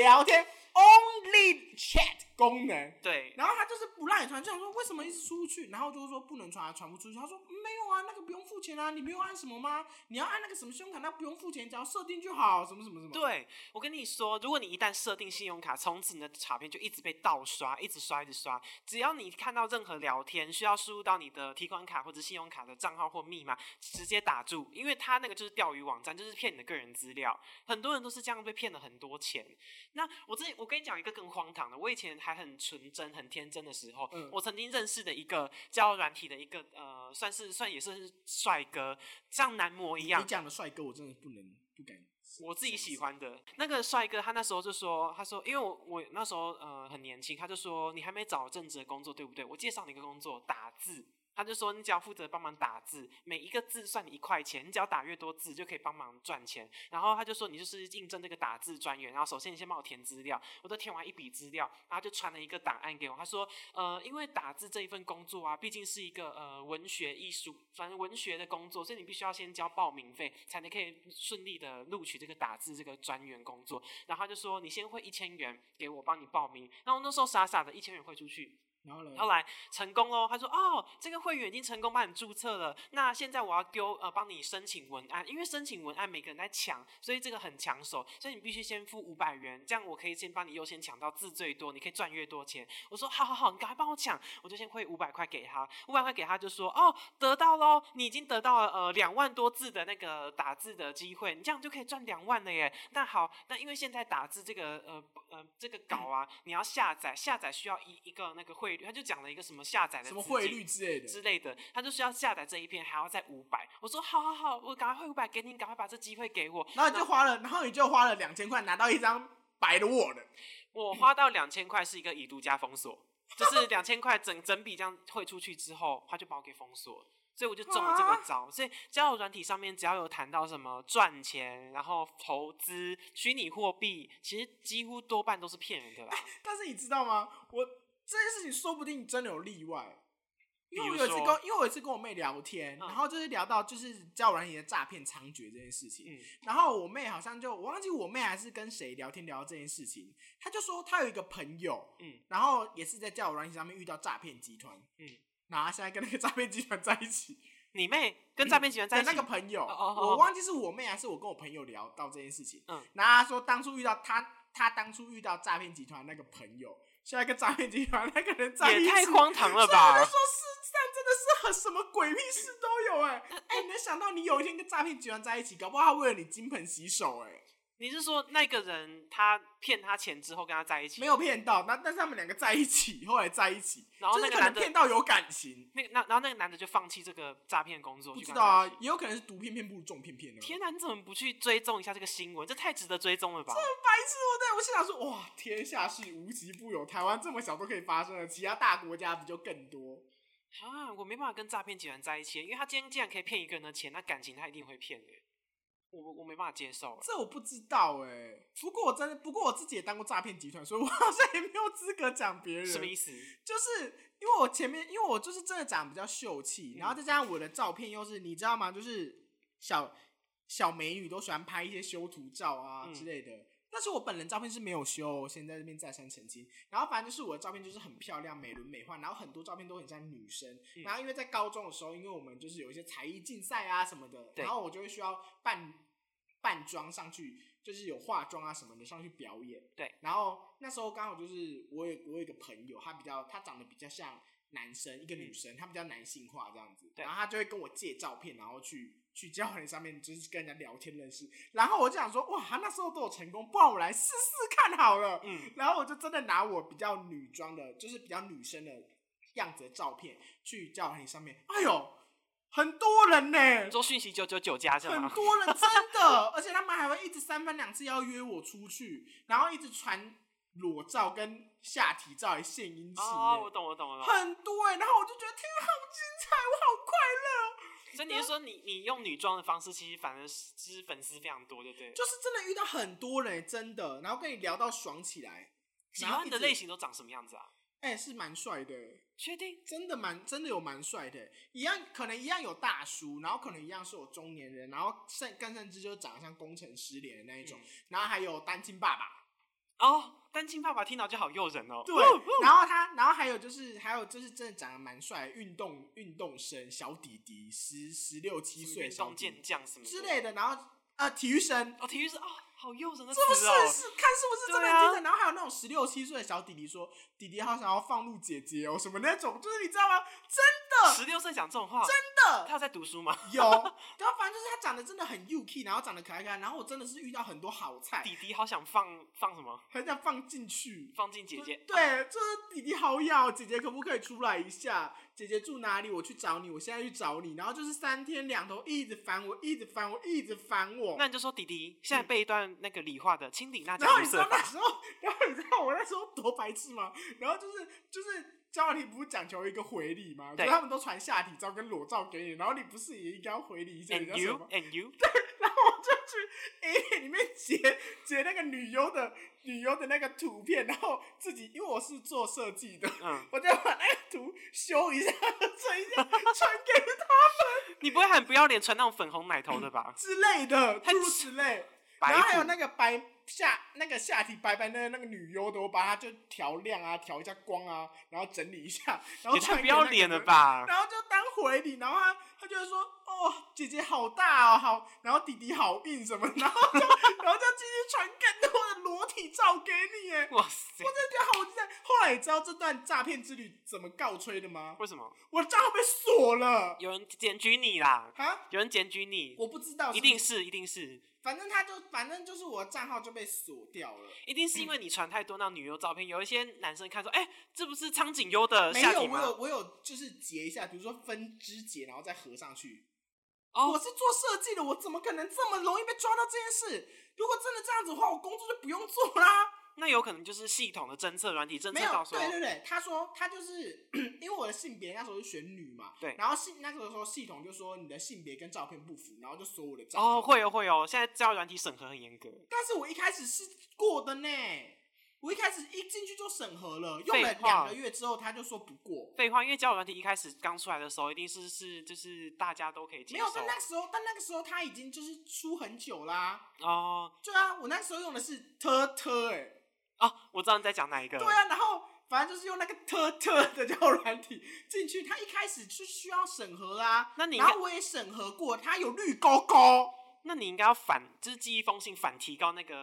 only chat 功能， 对， 然后他就是不让你传，就想说为什么一直出去，然后就是说不能传，传不出去。他说没有啊，那个不用付钱啊，你没有按什么吗？你要按那个什么信用卡，那不用付钱，只要设定就好，什么什么什么。 对，我跟你说，如果你一旦设定信用卡，从此你的卡片就一直被盗刷，一直刷，一直刷。只要你看到任何聊天需要输入到你的提款卡或者信用卡的账号或密码，直接打住，因为他那个就是钓鱼网站，就是骗你的个人资料。很多人都是这样被骗了很多钱。那我跟你讲一个更荒唐的，我以前还很纯真、很天真的时候，我曾经认识的一个交友软体的一个算也是帅哥，像男模一样。 你讲的帅哥，我真的不敢。 我自己喜欢的那个帅哥，他那时候就说，他说，因为我那时候很年轻，他就说你还没找正职的工作，对不对？我介绍你一个工作，打字。他就说你只要负责帮忙打字，每一个字算你1块钱，你只要打越多字就可以帮忙赚钱。然后他就说你就是应征这个打字专员，然后首先你先帮我填资料，我都填完一笔资料，然后就传了一个档案给我。他说因为打字这一份工作啊，毕竟是一个文学艺术，反正文学的工作，所以你必须要先交报名费，才能可以顺利的录取这个打字这个专员工作。然后他就说你先汇1000元给我帮你报名，然后那时候傻傻的1000元汇出去。后来成功咯，他说这个会员已经成功帮你注册了，那现在我要帮你申请文案，因为申请文案每个人在抢，所以这个很抢手，所以你必须先付500元，这样我可以先帮你优先抢到字最多，你可以赚越多钱。我说好，你赶快帮我抢，我就先汇500块给他，500块给他就说得到咯，你已经得到了2万多字的那个打字的机会，你这样就可以赚2万了耶。那好，那因为现在打字这个这个稿啊，你要下载需要一个那个汇率，他就讲了一个什么下载的什么汇率之类的， 他就需要下载这一篇还要再500。我说好，我赶快汇500给你，赶快把这机会给我。 然后你就花了2000块拿到一张白的 Word。 我花到2000块是一个已读加封锁，就是2000块整笔这样汇出去之后，他就把我给封锁了。所以我就中了这个招，所以交友软体上面只要有谈到什么赚钱，然后投资、虚拟货币，其实几乎多半都是骗人的啦。 但是你知道吗？这件事情说不定真的有例外。因为我有一次跟我妹聊天，然后就是聊到就是交友软体的诈骗猖獗这件事情，然后我妹好像我忘记我妹还是跟谁聊天聊到这件事情，她就说她有一个朋友，然后也是在交友软体上面遇到诈骗集团，然后现在跟那个诈骗集团在一起。 你妹跟诈骗集团在一起？ 那个朋友，我忘记是我妹还是我跟我朋友聊到这件事情。然后他说当初遇到他当初遇到诈骗集团那个朋友，现在跟诈骗集团那个人在一起， 也太荒唐了吧！ 所以我就说世上真的是很什么鬼屁事都有你没想到你有一天跟诈骗集团在一起，搞不好他为了你金盆洗手你是说那个人他骗他钱之后跟他在一起？ 没有骗到，但是他们两个在一起，后来在一起， 然后那个男的就是可能骗到有感情。 然后那个男的就放弃这个诈骗工作， 不知道啊， 去跟他在一起。 也有可能是毒骗骗不如重骗骗呢。 天哪，你怎么不去追踪一下这个新闻？这太值得追踪了吧！ 白痴哦！对，我心想说，哇，天下事无奇不有，台湾这么小都可以发生了，其他大国家不就更多？ 啊，我没办法跟诈骗集团在一起，因为他今天既然可以骗一个人的钱，那感情他一定会骗的。我没办法接受。 这我不知道哎。不过我自己也当过诈骗集团，所以我好像也没有资格讲别人。 什么意思？ 就是因为我就是真的长得比较秀气，然后再加上我的照片又是你知道吗？就是小美女都喜欢拍一些修图照啊之类的。但是我本人照片是没有修，我现在这边再三澄清。然后反正就是我的照片就是很漂亮、美轮美奂，然后很多照片都很像女生。然后因为在高中的时候，因为我们就是有一些才艺竞赛啊什么的，然后我就会需要扮妆上去，就是有化妆啊什么的上去表演。 对。 然后那时候刚好就是我有一个朋友，他长得比较像男生，一个女生，她比较男性化这样子。然后他就会跟我借照片，然后去交友软件上面就是跟人家聊天认识。然后我就想说，哇，他那时候都有成功，不然我来试试看好了。然后我就真的拿我比较女装的，就是比较女生的样子的照片去交友软件上面。哎呦！很多人呢， 你说讯息999加这样吗？ 很多人真的，而且他们还会一直3番2次要约我出去，然后一直传裸照跟下体照来献殷勤。 哦，我懂。 很多然后我就觉得天啊，好精彩，我好快乐。 所以你是说你用女装的方式，其实反而是粉丝非常多，对不对？ 就是真的遇到很多人，真的，然后跟你聊到爽起来。 喜欢的类型都长什么样子啊？ 是蛮帅的。 确定？ 真的有蛮帅的，可能一样有大叔，然后可能一样是有中年人，然后更甚至就长得像工程师脸的那一种，然后还有单亲爸爸。 哦，单亲爸爸听到就好诱人哦。 对，然后还有就是真的长得蛮帅的运动生小弟弟，16、17岁运动健将什么之类的，然后体育生。 体育生好诱人的词是不是？看是不是真的很精彩？然后还有那种16、17岁的小弟弟说：“弟弟好想要放入姐姐哦，什么那种，就是你知道吗？真的 ，16岁讲这种话， 真的。 他有在读书吗？ 有，然后反正就是他长得真的很 UK， 然后长得可爱可爱，然后我真的是遇到很多好菜。 弟弟好想放什么？ 很想放进去， 放进姐姐。 对，就是弟弟好痒，姐姐可不可以出来一下？姐姐住哪里？我去找你，我现在去找你。然后就是3天2头一直烦我。 那你就说弟弟现在背一段那个理化的氢锂钠然后你钾氯色法。 然后你知道我那时候多白痴吗？然后就是交友软体不是讲求一个回礼吗？所以他们都传下体照跟裸照给你，然后你不是也应该要回礼一下？ And you？ 对，然后我就去 A 片里面截那个女优的那个图片，然后自己因为我是做设计的，我就把那个图修一下、整一下，传给他们。 你不会很不要脸传那种粉红奶头的吧？ 之类的，诸如此类。然后还有那个下体白的那个女优的，我把它就调亮啊，调一下光啊，然后整理一下，然后也太不要脸了吧！ 然后就当回礼，然后他就会说哦，姐姐好大哦，好，然后弟弟好硬什么，然后就继续传更多的裸体照给你耶！ 哇塞， 我真的觉得好精彩。后来你知道这段诈骗之旅怎么告吹的吗？ 为什么？ 我的账号被锁了， 有人检举你啦！ 啊？ 有人检举你？ 我不知道， 一定是。 反正就是我的账号就被锁掉了， 一定是因为你传太多那女优照片，有一些男生看说，这不是苍井优的下体吗？ 没有，我有就是截一下，比如说分支截，然后再合上去。我是做设计的，我怎么可能这么容易被抓到这件事？如果真的这样子的话，我工作就不用做啦。 那有可能就是系统的侦测软体侦测到说， 对，他说他就是因为我的性别那时候是选女嘛， 对， 然后那时候系统就说你的性别跟照片不符，然后就锁我的账号。 会哦，现在交友软体审核很严格。 但是我一开始是过的呢，我一开始一进去就审核了，用了2个月之后他就说不过。 废话，因为交友软体一开始刚出来的时候，一定是就是大家都可以接受。 没有，但那个时候他已经就是出很久啦。对啊，我那时候用的是我知道你在讲哪一个。 对啊，然后反正就是用那个的交友软体进去，他一开始是需要审核啊。然后我也审核过，他有绿勾勾。 那你应该要就是寄一封信反提高那个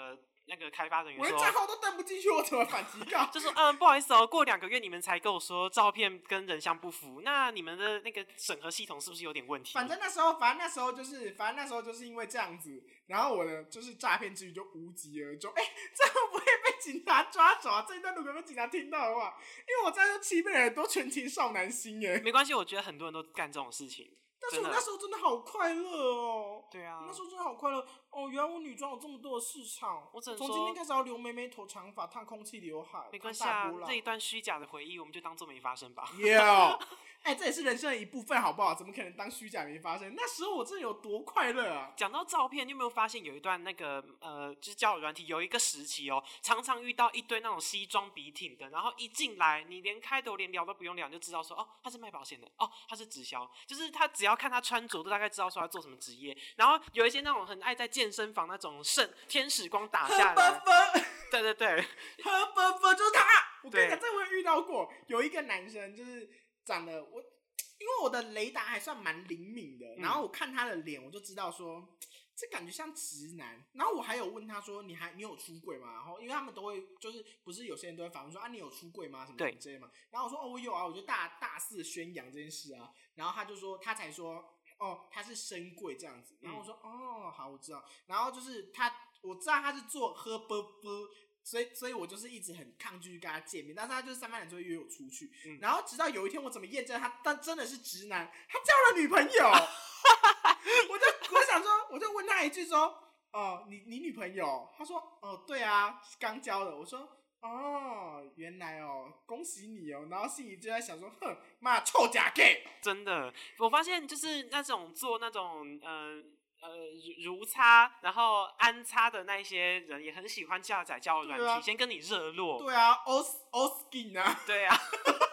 那个开发人员我说， 的账号都登不进去，我怎么反提告？ 就说不好意思哦，过2个月你们才跟我说照片跟人像不符，那你们的那个审核系统是不是有点问题？ 反正那时候就是因为这样子，然后我的就是诈骗之余就无疾而终。这样会不会被警察抓走啊？这一段如果被警察听到的话，因为我这样就欺骗了很多纯情少男心没关系，我觉得很多人都干这种事情。 但是我那时候真的好快乐哦。 对啊， 那时候真的好快乐哦！原来我女装有这么多的市场。 我只能说从今天开始要留妹妹头长发，烫空气刘海。 没关系啊，这一段虚假的回忆我们就当做没发生吧。 这也是人生的一部分，好不好？怎么可能当虚假没发生？那时候我真的有多快乐啊！ 讲到照片，你有没有发现有一段那个就是交友软体有一个时期哦，常常遇到一堆那种西装笔挺的，然后一进来你连开头连聊都不用聊，你就知道说他是卖保险的，他是直销，就是他只要看他穿着都大概知道说他做什么职业。然后有一些那种很爱在健身房那种天使光打下来，对， 就是他。我跟你讲，这我也遇到过，有一个男生就是长得因为我的雷达还算蛮灵敏的，然后我看他的脸，我就知道说这感觉像直男。然后我还有问他说你有出柜吗？然后因为他们都会就是不是有些人都会反问说你有出柜吗？什么之类的嘛。然后我说我有啊，我就大肆宣扬这件事啊。然后他才说他是深柜这样子。然后我说好，我知道。然后就是我知道他是做喝啵啵。所以我就是一直很抗拒跟他见面，但是他就是3、8年就会约我出去，然后直到有一天我怎么验证他真的是直男，他交了女朋友，我想说，我就问他一句说，你女朋友？他说对啊，刚交的。我说原来恭喜你哦，然后心里就在想说，哼妈臭假 gay， 真的，我发现就是那种做那种如擦然后安擦的那些人也很喜欢下载交友软体，先跟你热络。 对啊 ，all skin 啊。 对啊。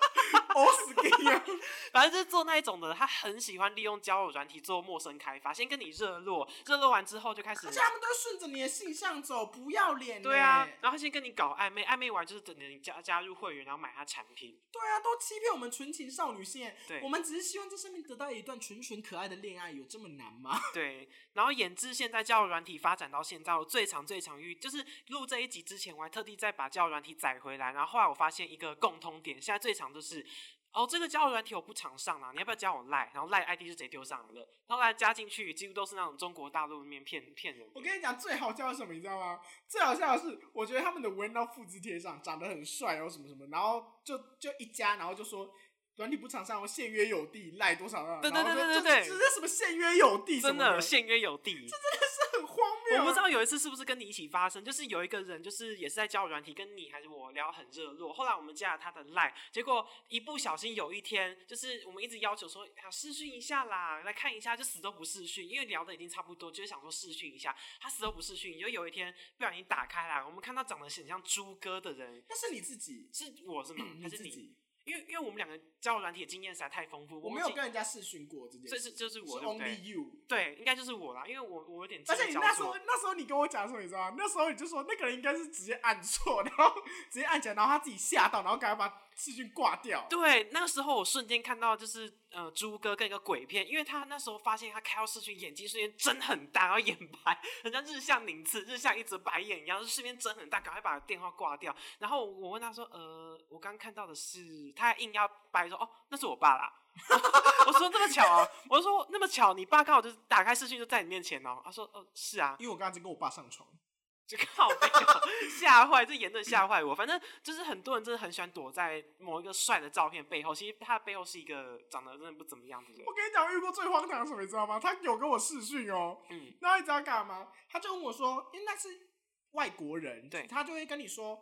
反正就是做那一种的，他很喜欢利用交友软体做陌生开发，先跟你热络完之后就开始， 而且他们都顺着你的性向走，不要脸。 对啊，然后先跟你搞暧昧，暧昧完就是等你加入会员，然后买他产品。 对啊，都欺骗我们纯情少女心。 对， 我们只是希望在上面得到一段纯纯可爱的恋爱，有这么难吗？ 对，然后演至现在交友软体发展到现在，我最常遇就是录这一集之前，我还特地再把交友软体载回来，然后后来我发现一个共通点，现在最常就是这个交友软体我不常上啊，你要不要加我赖？然后赖 ID 就直接丢上来了，然后来加进去，几乎都是那种中国大陆里面骗人。 我跟你讲，最好笑的是什么，你知道吗？最好笑的是，我觉得他们的文到复制贴上，长得很帅，然后什么什么，然后就一加，然后就说软体不常上，限约有地，赖多少啊？ 对， 只是什么限约有地， 真的限约有地， 这真的是很荒谬。 我不知道有一次是不是跟你一起发生，就是有一个人就是也是在交友软体跟你还是我聊很热络，后来我们加了他的 LINE， 结果一不小心有一天就是我们一直要求说视讯一下啦，来看一下，就死都不视讯，因为聊的已经差不多，就是想说视讯一下，他死都不视讯，就有一天不小心打开来，我们看到长得很像猪哥的人， 那是你自己？ 是我是吗？还是你自己？ 因为我们两个交友软体的经验实在太丰富， 我没有跟人家视讯过这件事， 就是我， 是 only you， 对，应该就是我啦，因为我有点而且你那时候你跟我讲说，你知道吗？那时候你就说那个人应该是直接按错，然后直接按起来，然后他自己吓到，然后赶快把视讯挂掉。 对，那个时候我瞬间看到就是猪哥跟一个鬼片，因为他那时候发现他开到视讯眼睛瞬间睁很大，然后眼白很像日向宁次，日向一则白眼一样，就瞬间睁很大，赶快把电话挂掉。然后我问他说我刚看到的是，他还硬要掰说那是我爸啦。我说这么巧啊，我说那么巧，你爸刚好就是打开视讯就在你面前哦。他说是啊， 因为我刚刚就跟我爸上床。 就靠背吓坏，这严重吓坏我。反正就是很多人真的很喜欢躲在某一个帅的照片背后，其实他的背后是一个长得真的不怎么样的人。 我跟你讲，我遇过最荒唐的什么，你知道吗？他有跟我视讯然后你知道干嘛？他就问我说，因为那是外国人， 对， 他就会跟你说，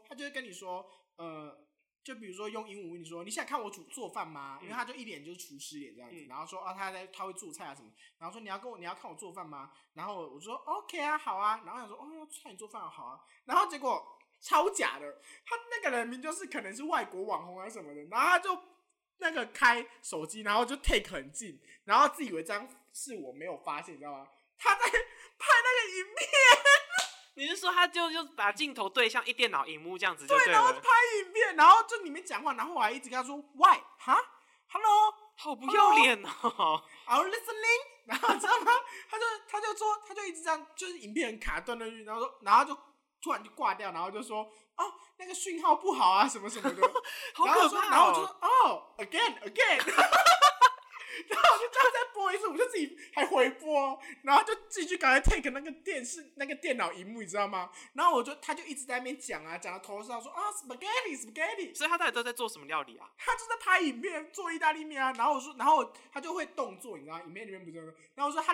就比如说用英文问你说，你现在看我做饭吗？因为他就一脸就是厨师脸这样子，然后说他会做菜啊什么，然后说你要看我做饭吗？然后我就说 OK 啊，好啊，然后想说要看你做饭好啊，然后结果超假的，他那个人名就是可能是外国网红还是什么的，然后他就那个开手机，然后就 take 很近，然后自以为这样是我没有发现，你知道吗？他在拍那个影片。 你是说他就把镜头对向一电脑荧幕这样子就对了？ 对，然后拍影片，然后就里面讲话，然后我还一直跟他说 Why 哈 Hello， 好不要脸哦 ！Are you listening？ 然后你知道吗？他就说，他就一直这样，就是影片很卡断的，然后就突然就挂掉，然后就说哦那个讯号不好啊什么什么的， 好可怕然后我就说哦 again。然后我就这样再播一次，我就自己还回播，然后就继续赶快 take 那个电脑荧幕，你知道吗？然后他就一直在那边讲啊，讲到头上说啊 spaghetti， 所以他到底都在做什么料理啊？ 他就在拍影片做意大利面啊，然后他就会动作，你知道，影片里面不是，然后我说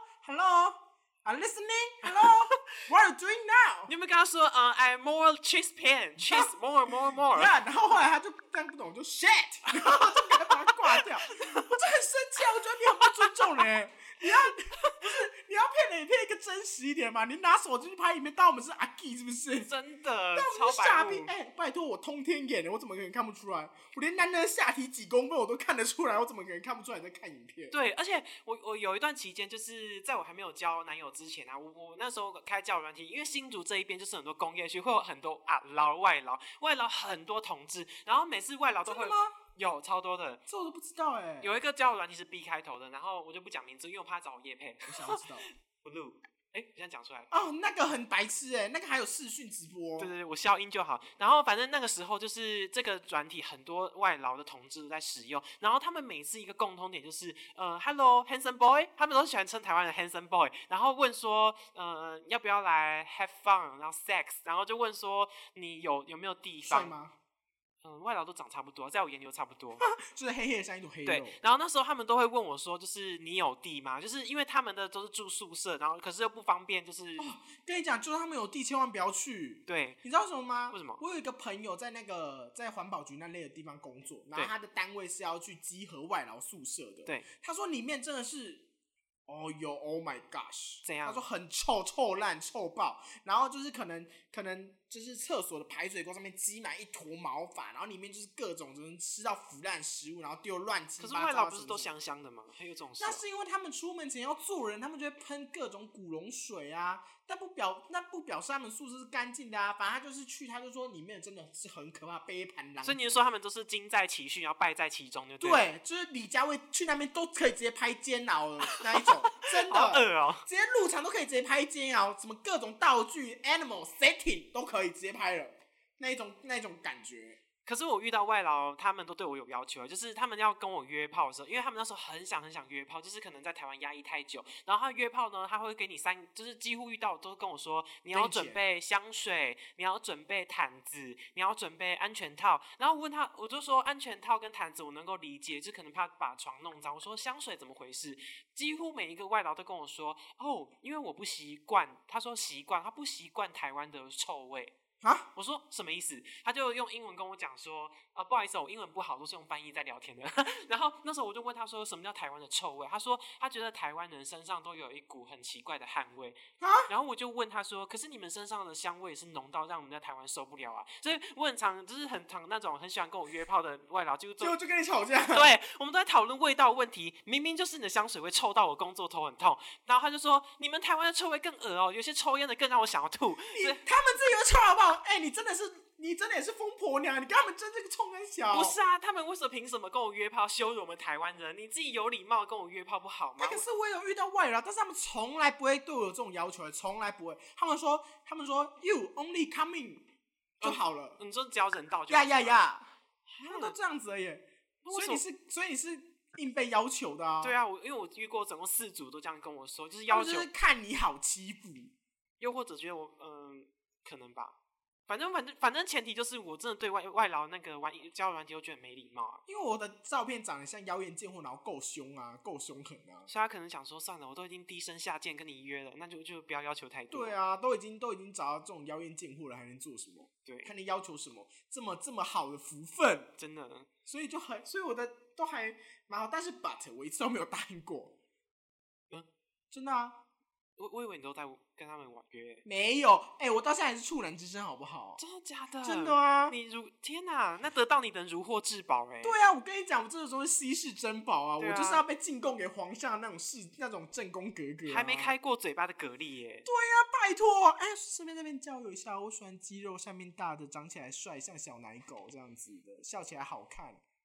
hello，I'm listening，hello，what are you doing now？ 你有没有跟他说，I'm more cheese pan，cheese more？ 然后后来他就看不懂，就 shit， 然后就赶快把他挂掉。我就很生气啊！我觉得你很不尊重人，你要骗人也骗一个真实一点嘛！你拿手机去拍影片，当我们是阿 K 是不是？ 真的， 但我超们是傻逼！ 白目。 拜托我通天眼的，我怎么可能看不出来？我连男人的下体几公分我都看得出来，我怎么可能看不出来你在看影片？ 对，而且我有一段期间，就是在我还没有交男友之前啊，我那时候开交友软体，因为新竹这一边就是很多工业区，会有很多外劳很多同志，然后每次外劳都会真的吗？ 有超多的， 这我都不知道哎。 有一个交友软体是 B 开头的，然后我就不讲名字，因为我怕找我业配。 我想要知道。 Blue， 我现在讲出来。 哦，那个很白痴哎，那个还有视讯直播。 对，我消音就好。然后反正那个时候就是这个软体很多外劳的同志都在使用，然后他们每次一个共通点就是，Hello handsome boy， 他们都喜欢称台湾的 handsome boy， 然后问说要不要来 have fun， 然后 sex， 然后就问说你有没有地方？ 帅吗？ 外劳都长差不多，在我眼里都差不多， 就是黑黑的像一坨黑肉。 对，然后那时候他们都会问我说，就是你有地吗？就是因为他们的都是住宿舍，然后可是又不方便，就是跟你讲，就算他们有地，千万不要去。 对， 你知道为什么吗？ 为什么？ 我有一个朋友在环保局那类的地方工作，然后他的单位是要去稽核外劳宿舍的。 对， 他说里面真的是。Oh my gosh！ 怎样？ 他说很臭烂臭爆，然后就是可能就是厕所的排水沟上面积满一坨毛发，然后里面就是各种人吃到腐烂食物，然后丢乱七八糟。 可是外劳不是都香香的吗？还有这种事？ 那是因为他们出门前要做人，他们就会喷各种古龙水啊，但不表示他们宿舍是干净的啊。反正他就是去，他就说里面真的是很可怕，杯盘狼藉。 所以你是说他们都是精在其训，然后败在其中，就对，就是李佳薇去那边都可以直接拍煎熬了那一种，真的， 好恶哦！ 直接入场都可以直接拍煎熬，什么各种道具、animal setting 都可以直接拍了，那一种感觉。 可是我遇到外劳，他们都对我有要求，就是他们要跟我约炮的时候，因为他们那时候很想约炮，就是可能在台湾压抑太久，然后他约炮呢，他会给你就是几乎遇到都跟我说，你要准备香水，你要准备毯子，你要准备安全套，然后我问他，我就说安全套跟毯子我能够理解，就可能怕把床弄脏，我说香水怎么回事？几乎每一个外劳都跟我说，因为我不习惯，他说习惯，他不习惯台湾的臭味。 啊！ 我说什么意思？他就用英文跟我讲说，不好意思，我英文不好，都是用翻译在聊天的。然后那时候我就问他说，什么叫台湾的臭味？他说他觉得台湾人身上都有一股很奇怪的汗味。 啊！ 然后我就问他说，可是你们身上的香味是浓到让我们在台湾受不了啊。所以我很常那种很喜欢跟我约炮的外劳，就跟你吵架。 对，我们都在讨论味道问题，明明就是你的香水味臭到我工作头很痛。然后他就说，你们台湾的臭味更恶哦，有些抽烟的更让我想要吐。 他们自己会臭好不好？你真的也是疯婆娘，你跟他们争这个冲三小。 不是啊，他们为什么凭什么跟我约炮，羞辱我们台湾人？你自己有礼貌跟我约炮不好吗？ 可是我有遇到外劳，但是他们从来不会对我有这种要求，从来不会。他们说 you only come in 就好了。 你说只要人到就好。 呀，他们都这样子而已。所以你是硬被要求的啊？ 对啊，因为我遇过总共4组都这样跟我说，就是要求， 就是看你好欺负， 又或者觉得我可能吧。反正前提就是我真的对外劳那个交友软体我觉得没礼貌啊， 因为我的照片长得像妖艳贱货，然后够凶啊，够凶狠啊， 所以他可能想说算了，我都已经低声下贱跟你约了，那就不要求太多。 对啊，都已经找到这种妖艳贱货了，还能做什么？ 对， 看你要求什么，这么好的福分， 真的， 所以我的都还蛮好，但是 but 我一次都没有答应过，真的啊。 我以为你都在跟他们约， 没有，我到现在还是处男之身，好不好？ 真的假的？ 真的啊！ 天哪，那得到你的如获至宝对啊，我跟你讲，我这个时候是稀世珍宝啊， 我就是要被进贡给皇上那种正宫格格， 还没开过嘴巴的蛤蜊耶。 对啊，拜托，顺便那边教育一下，我喜欢肌肉下面大的，长起来帅，像小奶狗这样子的，笑起来好看。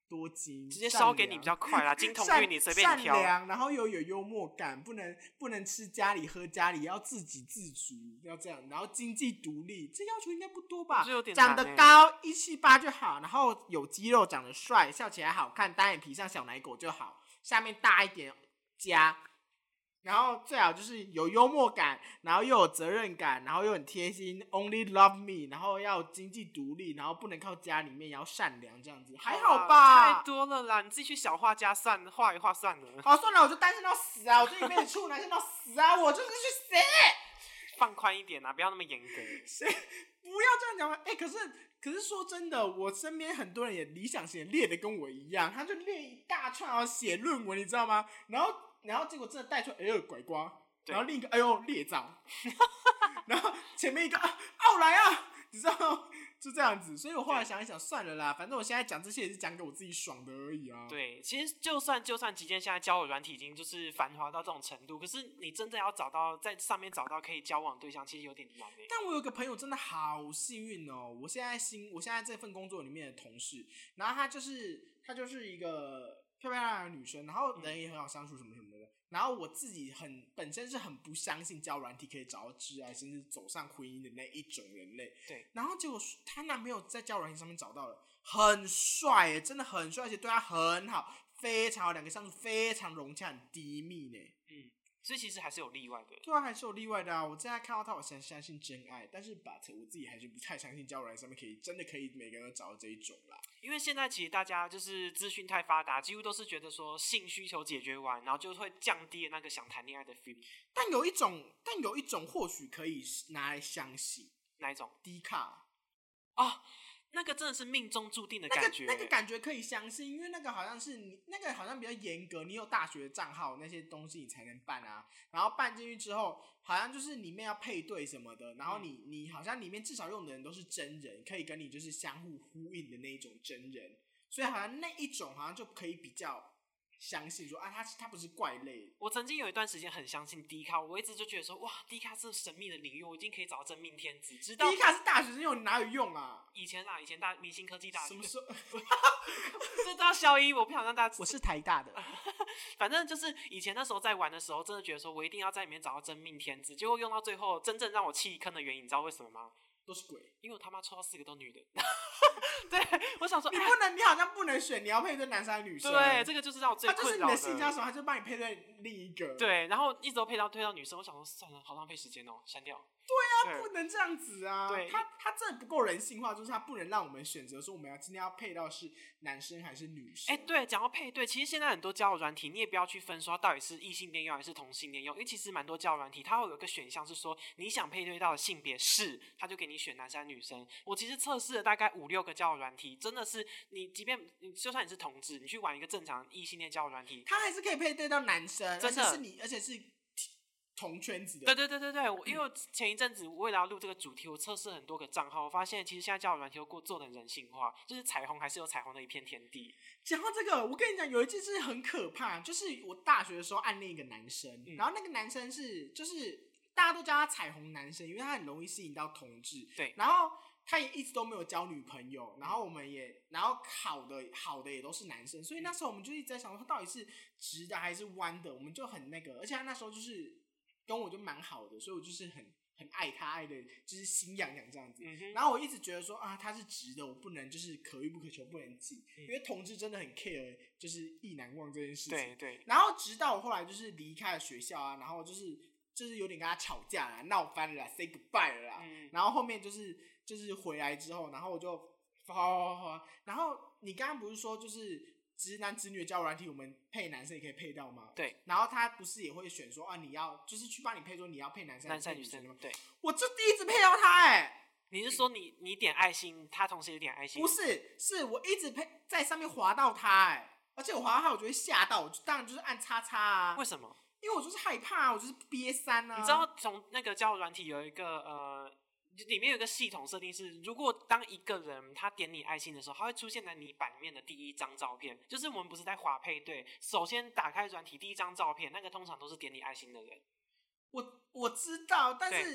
多金， 直接烧给你比较快啦，金童玉女随便你挑。 善良，然后又有幽默感，不能吃家里喝家里，要自给自足，要这样，然后经济独立，这要求应该不多吧？ 这有点长得高178就好，然后有肌肉，长得帅，笑起来好看，单眼皮像小奶狗就好，下面大一点加。然后最好就是有幽默感，然后又有责任感，然后又很贴心 ，Only love me， 然后要经济独立，然后不能靠家里面，也要善良，这样子还好吧？ 太多了啦，你自己去小画家算了，画一画算了。 好，算了，我就单身到死啊！我这一辈子处男身到死啊！我就是去死！ 放宽一点啊，不要那么严格。 谁不要这样讲嘛？可是说真的，我身边很多人也理想型列的跟我一样，他就列一大串要写论文，你知道吗？然后结果真的带出来，哎呦拐瓜，然后另一个哎呦猎枣，然后前面一个奥莱啊，你知道吗？就这样子，所以我后来想一想，算了啦，反正我现在讲这些也是讲给我自己爽的而已啊。 对，其实就算即便现在交友软体已经就是繁华到这种程度，可是你真的要在上面找到可以交往对象，其实有点难欸。 但我有个朋友真的好幸运哦，我现在这份工作里面的同事，然后她就是一个漂漂亮亮的女生，然后人也很好相处什么什么的。然后我自己本身是很不相信交友软体可以找到挚爱，甚至走上婚姻的那一种人类。 对。 然后结果她男朋友在交友软体上面找到了，很帅耶，真的很帅，而且对她很好，非常好，两个相处非常融洽，很低密呢。 所以其实还是有例外的。 对啊，还是有例外的啊！我现在看到他，我相信真爱，但是我自己还是不太相信交友软件上面真的可以每个人都找到这一种啦。 因为现在其实大家就是资讯太发达，几乎都是觉得说性需求解决完，然后就会降低那个想谈恋爱的 feel。 但有一种或许可以拿来相信。 哪一种？ 低卡。 哦。那个真的是命中注定的感觉， 那个感觉可以相信，因为那个好像比较严格，你有大学的账号那些东西你才能办啊。然后办进去之后，好像就是里面要配对什么的，然后你好像里面至少用的人都是真人，可以跟你就是相互呼应的那一种真人，所以好像那一种好像就可以比较相信说啊，他不是怪类。 我曾经有一段时间很相信D卡，我一直就觉得说哇，D卡是神秘的领域，我已经可以找到真命天子。直到 D卡是大学生用，你哪有用啊？ 以前明星科技大学。 什么时候？ 这都要消音，我不想让大家。 我是台大的。 反正就是以前那时候在玩的时候，真的觉得说我一定要在里面找到真命天子，结果用到最后，真正让我弃坑的原因，你知道为什么吗？ 都是鬼， 因为我他妈抽到4个都女的。对，我想说， 你好像不能选，你要配对男生还是女生？ 对，这个就是让我最困扰的。 他就是你的性交手，他就帮你配对另一个。 对，然后一直都配到女生，我想说算了，好浪费时间哦，删掉。 对啊，不能这样子啊！ 对， 他真的不够人性化，就是他不能让我们选择说我们今天要配到是男生还是女生。 对，讲到配对，其实现在很多交友软体，你也不要去分说到底是异性恋用还是同性恋用，因为其实蛮多交友软体，它会有一个选项是说你想配对到的性别是，他就给你选男生女生。我其实测试了大概5-6个交友软体，真的是即便就算你是同志，你去玩一个正常异性恋交友软体， 他还是可以配对到男生， 真的而且是同圈子的。 对，因为前一阵子为了要录这个主题，我测试很多个账号，我发现其实现在交友软体都做得很人性化，就是彩虹还是有彩虹的一片天地。 讲到这个，我跟你讲，有一件事很可怕，就是我大学的时候暗恋一个男生，然后那个男生就是大家都叫他彩虹男生，因为他很容易吸引到同志。 对， 然后他也一直都没有交女朋友，然后然后好的也都是男生，所以那时候我们就一直在想说，他到底是直的还是弯的，我们就很那个，而且他那时候就是跟我就蛮好的，所以我就是很爱他，爱的就是心痒痒这样子。然后我一直觉得说啊，他是直的，我不能就是可遇不可求，不能进，因为同志真的很 care，就是意难忘这件事情。 对。 然后直到我后来就是离开了学校啊，然后就是有点跟他吵架啦，闹翻了啦 ，say goodbye 了啦。然后后面就是回来之后，然后我就然后你刚刚不是说就是直男直女的交友软体，我们配男生也可以配到吗？ 对。 然后他不是也会选说啊，你要就是去帮你配说你要配男生还是配女生吗？ 对。 我就第一次配到他你是说你点爱心，他同时也点爱心？ 不是，是我一直在上面滑到他而且我滑到他，我就会吓到，我当然就是按叉叉啊。 为什么？ 因为我就是害怕，我就是憋3啊。 你知道从那个交友软体有一个里面有一个系统设定是，如果当一个人他点你爱心的时候，他会出现在你版面的第一张照片。就是我们不是在滑配对，首先打开软体第一张照片，那个通常都是点你爱心的人。 我知道，但是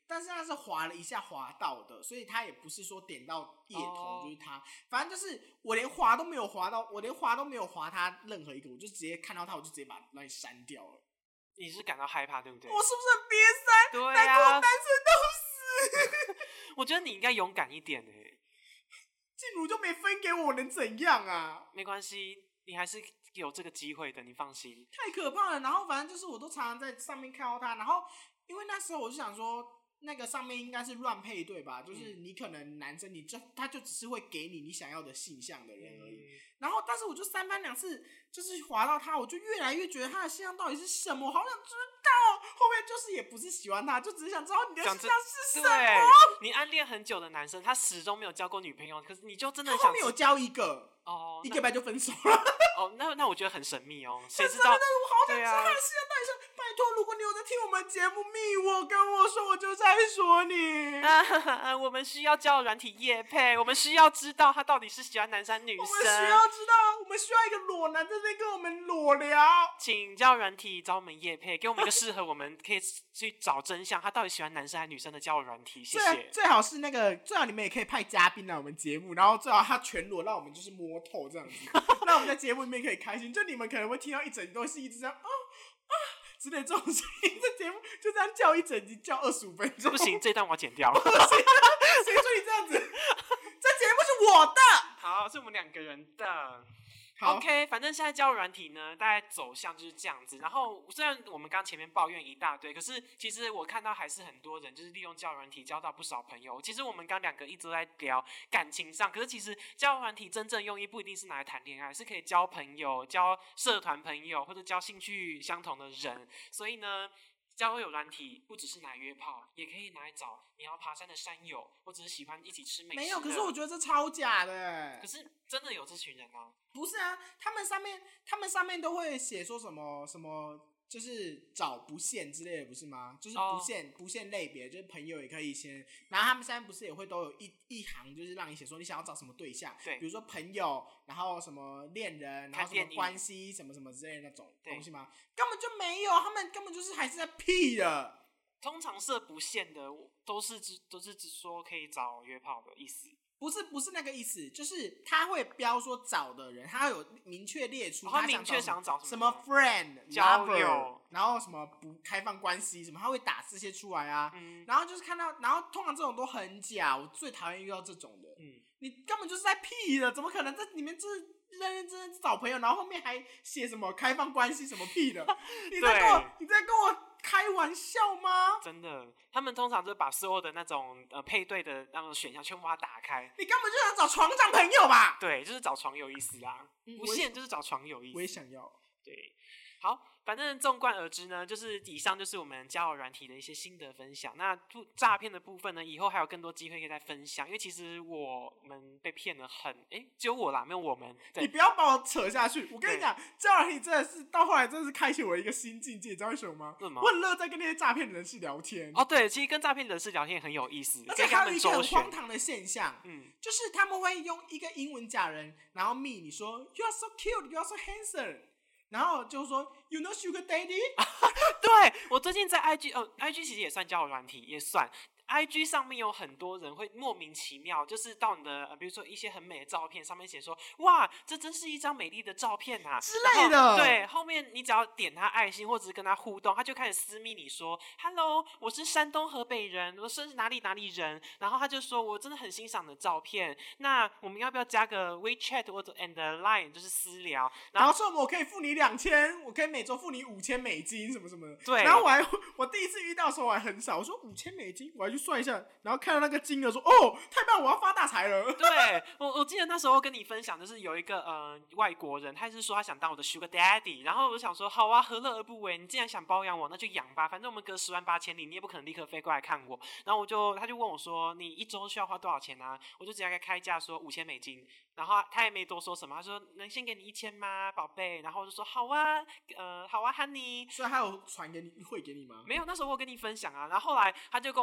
但是他是滑了一下滑到的，所以他也不是说点到页头就是他，反正就是我连滑都没有滑到，我连滑都没有滑他任何一个，我就直接看到他，我就直接把那里删掉了。 你是感到害怕对不对？ 我是不是很憋塞？ 对难怪我单身到死。 我觉得你应该勇敢一点静茹就没分给我，能怎样啊？ 没关系，你还是有这个机会的，你放心。 太可怕了。然后反正就是我都常常在上面看到他，然后因为那时候我就想说。那个上面应该是乱配对吧？就是你可能男生，他就只是会给你想要的性向的人而已。然后，但是我就三番两次就是滑到他，我就越来越觉得他的性向到底是什么，我好想知道。后面就是也不是喜欢他，就只是想知道你的性向是什么。 对，你暗恋很久的男生，他始终没有交过女朋友，可是你就真的想他后面有交一个。一个礼拜就分手了。 那我觉得很神秘哦，谁知道？ 我好想知道他的性向到底是。拜托，如果你有在听我们节目，密我跟我说，我就在说你。 我们需要交友软体业配，我们需要知道他到底是喜欢男生女生。 我们需要知道，我们需要一个裸男在这边跟我们裸聊。 请交友软体找我们业配，给我们一个适合我们可以去找真相，他到底喜欢男生还是女生的交友软体。谢谢。 最好是那个，最好你们也可以派嘉宾来我们节目，然后最好他全裸，让我们就是摸透这样子，让我们在节目里面可以开心。就你们可能会听到一整集都是一直这样之类这种声音，这节目就这样叫一整集，叫25分钟。 不行，这段我要剪掉。 谁说你这样子？这节目是我的。 好，是我们2个人的。 好 OK， 反正现在交友软体呢，大概走向就是这样子。然后虽然我们刚前面抱怨一大堆，可是其实我看到还是很多人就是利用交友软体交到不少朋友。其实我们刚2个一直都在聊感情上，可是其实交友软体真正用意不一定是拿来谈恋爱，是可以交朋友、交社团朋友或者交兴趣相同的人。所以呢，交友软体不只是拿来约炮，也可以拿来找你要爬山的山友，或者是喜欢一起吃美食的。 没有，可是我觉得这超假的。 可是真的有这群人啊？ 不是啊，他们上面都会写说什么什么，就是找不限之类的，不是吗？就是不限类别，就是朋友也可以先。然后他们上面不是也会都有一行，就是让你写说你想要找什么对象，对，比如说朋友，然后什么恋人，然后什么关系，什么什么之类的那种东西吗？根本就没有，他们根本就是还是在屁的。 通常设不限的都是只说可以找约炮的意思。 不是那个意思，就是他会标说找的人，他有明确列出他明确想找什么 friend 交友， 然后什么不开放关系什么，他会打这些出来啊。然后就是看到，然后通常这种都很假，我最讨厌遇到这种的。你根本就是在屁的，怎么可能在里面就是认认真真找朋友，然后后面还写什么开放关系什么屁的？你在跟我开玩笑吗？ 真的，他们通常就把所有的那种配对的那种选项全部把它打开。 你根本就想找床上朋友吧？ 对，就是找床友意思啦。不限就是找床友意思。 我也想要。 对，好，反正纵观而知呢，就是以上就是我们交友软体的一些心得分享。那诈骗的部分呢，以后还有更多机会可以再分享。因为其实我们被骗了只有我啦，没有我们。 你不要把我扯下去。我跟你讲，交友软体真的是到后来真的是开启我一个新境界，你知道为什么吗？我很乐在跟那些诈骗人士聊天。 对，其实跟诈骗人士聊天很有意思， 而且还有一个很荒唐的现象，就是他们会用一个英文假人，然后密你说 You are so cute, you are so handsome。然后就说 You know Sugar Daddy 对，我最近在 IG 其实也算交友软体，也算。IG 上面有很多人会莫名其妙，就是到你的比如说一些很美的照片上面写说，哇，这真是一张美丽的照片啊之类的。 对，后面你只要点他爱心或者是跟他互动，他就开始私密你说 Hello， 我是山东河北人，我是哪里人，然后他就说我真的很欣赏你的照片，那我们要不要加个 WeChat 或者 and Line 就是私聊， 然后说我可以付你2000，我可以每周付你$5000什么什么的。 对， 然后我第一次遇到的时候我还很少，我说$5000，我还去算一下，然后看到那个金额说哦，太棒，我要发大财了。 对，我记得那时候跟你分享，就是有一个外国人，他是说他想当我的 Sugar Daddy， 然后我就想说好啊，何乐而不为？你既然想包养我，那就养吧，反正我们隔10万8千里，你也不可能立刻飞过来看我。然后他就问我说，你一周需要花多少钱啊？我就直接开价说$5000，然后他也没多说什么，他说能先给你1000吗，宝贝？然后我就说好啊，好啊 ，Honey。 所以他有传给你，会给你吗？ 没有，那时候我跟你分享啊。然后后来他就跟我说，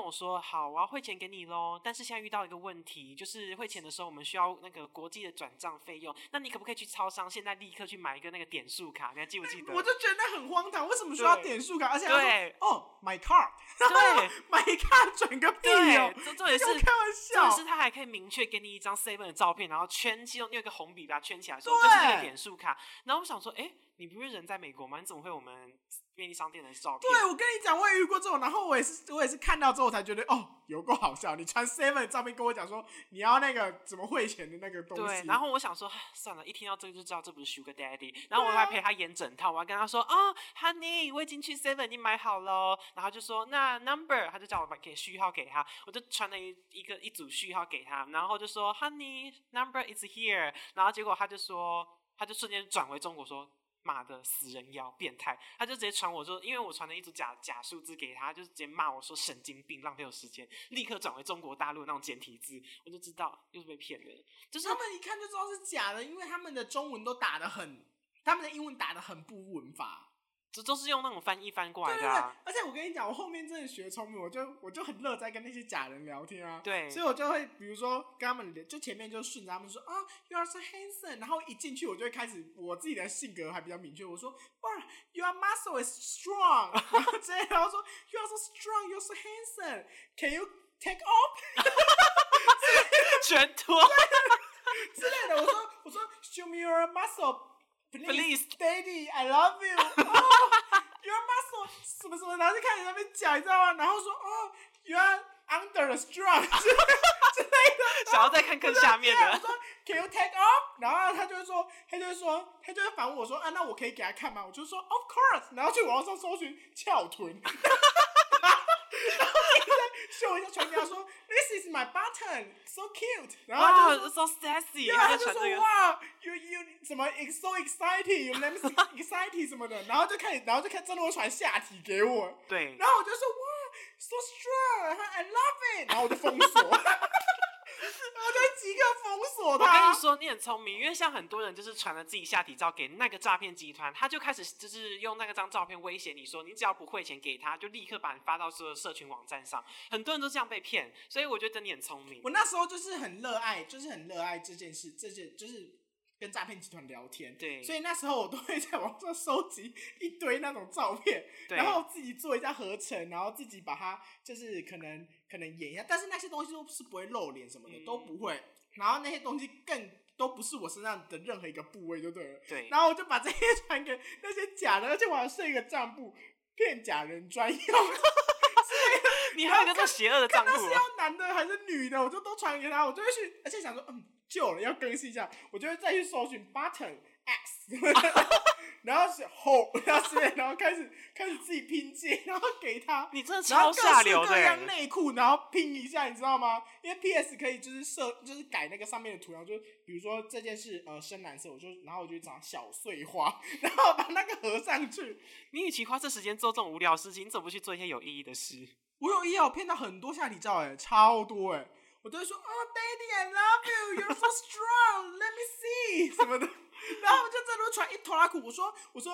好，我要汇钱给你咯，但是现在遇到一个问题，就是汇钱的时候我们需要那个国际的转账费用，那你可不可以去超商现在立刻去买一个那个点数卡？你还记不记得？ 我就觉得那很荒唐，为什么需要点数卡？而且他对说哦，my card， 对 ，my card 转个屁哦， 这也是开玩笑， 这是他还可以明确给你一张 7 的照片，然后用一个红笔把它圈起来，说就是这个点数卡。然后我想说，你不是人在美国吗？你怎么会有我们便利商店的照片？ 对，我跟你讲，我也遇过这种，然后我也是看到之后才觉得，哦，有够好笑。你传 7 的照片跟我讲说你要那个怎么汇钱的那个东西， 对。然后我想说，算了，一听到这个就知道这不是 Sugar Daddy。然后我还陪他演整套，我还跟他说，哦 ，Honey， 我已经去 7 已经买好了。然后就说那 number， 他就叫我给序号给他，我就传了一组序号给他，然后就说 Honey，number is here。然后结果他就瞬间转回中国说。妈的死人妖变态，他就直接传我说，因为我传了一组假数字给他，就直接骂我说神经病，浪费我时间，立刻转回中国大陆那种简体字，我就知道又是被骗了。就是他们一看就知道是假的，因为他们的中文都打得很，他们的英文打得很不文法。 这都是用那种翻译翻过来的啊。 对，而且我跟你讲，我后面真的学聪明，我就很乐在跟那些假人聊天啊。 对， 所以我就会比如说跟他们就前面就顺着他们说啊 ，You are so handsome， 然后一进去我就会开始我自己的性格还比较明确，我说哇 ，Your muscle is strong， 然后之类，然后说 You are so strong， You're so handsome，Can you take off？ 全脱之类的，我说 Show me your muscle。Please, Daddy, I love you. Oh, your muscle 什么什么，然后就开始在那边讲，你知道吗？然后说哦 ，You are under the strong 之类的， 想要再看更下面的。 我说 Can you take off？ 然后他就会反问我说啊，那我可以给他看吗？我就说 Of course， 然后去网上搜寻翘臀。然后秀一下传给他说 ，This is my button, so cute。然后他就说 so sassy， 他就说哇 ，you 什么 so exciting， your name is exciting 什么的，然后就开始真的会传下体给我。 对。 然后我就说哇 ，so strong， I love it， 然后我就封锁。我就即刻封锁他。 我跟你说，你很聪明，因为像很多人就是传了自己下体照给那个诈骗集团，他就开始就是用那个张照片威胁你说，你只要不汇钱给他，就立刻把你发到所有社群网站上。很多人都这样被骗，所以我觉得你很聪明。 我那时候就是很热爱这件事，就是跟诈骗集团聊天， 对， 所以那时候我都会在网上收集一堆那种照片，然后自己做一下合成，然后自己把它就是可能演一下，但是那些东西都是不会露脸什么的，都不会，然后那些东西更都不是我身上的任何一个部位就对了， 对， 然后我就把这些传给那些假的，而且我还设一个账簿骗假人专用。 你还有一个这么邪恶的账户， 看他是要男的还是女的，我就都传给他，我就会去，而且想说旧了要更新一下，我就会再去搜寻 button X， 然后是 hole， 然后开始自己拼接，然后给他， 你真的超下流的， 然后各式各样内裤，然后拼一下，你知道吗？因为 PS 可以就是改那个上面的图样，就比如说这件是深蓝色，然后我就找小碎花，然后把那个合上去。 你与其花这时间做这种无聊的事情，你怎么不去做一些有意义的事？ 我有我骗到很多下体照超多我都会说Daddy I love you, you're so strong, let me see 什么的，然后我就真的传一拖拉苦，我说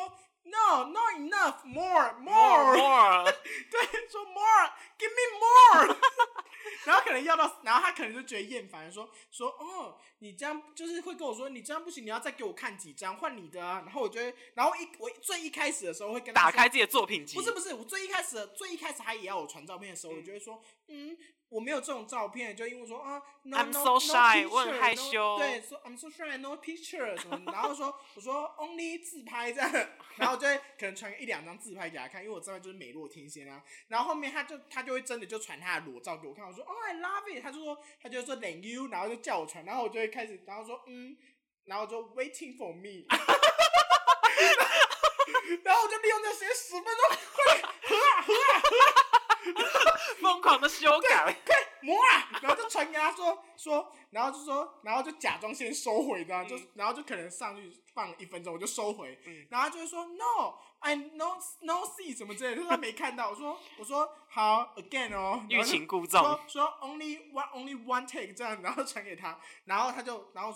No, not enough, more 对，说 more, give me more 然后可能要到，然后他可能就觉得厌烦，说你这样就是会跟我说你这样不行，你要再给我看几张换你的啊，然后我最一开始的时候会跟他说打开自己的作品集， 不是，我最一开始他也要我传照片的时候，我就会说我没有这种照片，就因为说no, I'm so shy， 我很害 no, 羞， 对，说 I'm so shy, no picture 什么，然后我说 only 自拍这样，然后我就会可能传1-2张自拍给他看，因为我这边就是美若天仙啊，然后后面他就会真的就传他的裸照给我看，我说I love it， 他就说 thank you， 然后就叫我传，然后我就会开始，然后说然后就 waiting for me 然后我就利用这时间10分钟，快合疯狂的修改， 快磨啊！然后就传给他说，然后就假装先收回的，然后就可能上去放1分钟，我就收回，然后他就会说 No, I no see 什么之类的，就是他没看到。我说好 again 欲擒故纵， 说only one take 这样，然后传给他，然后说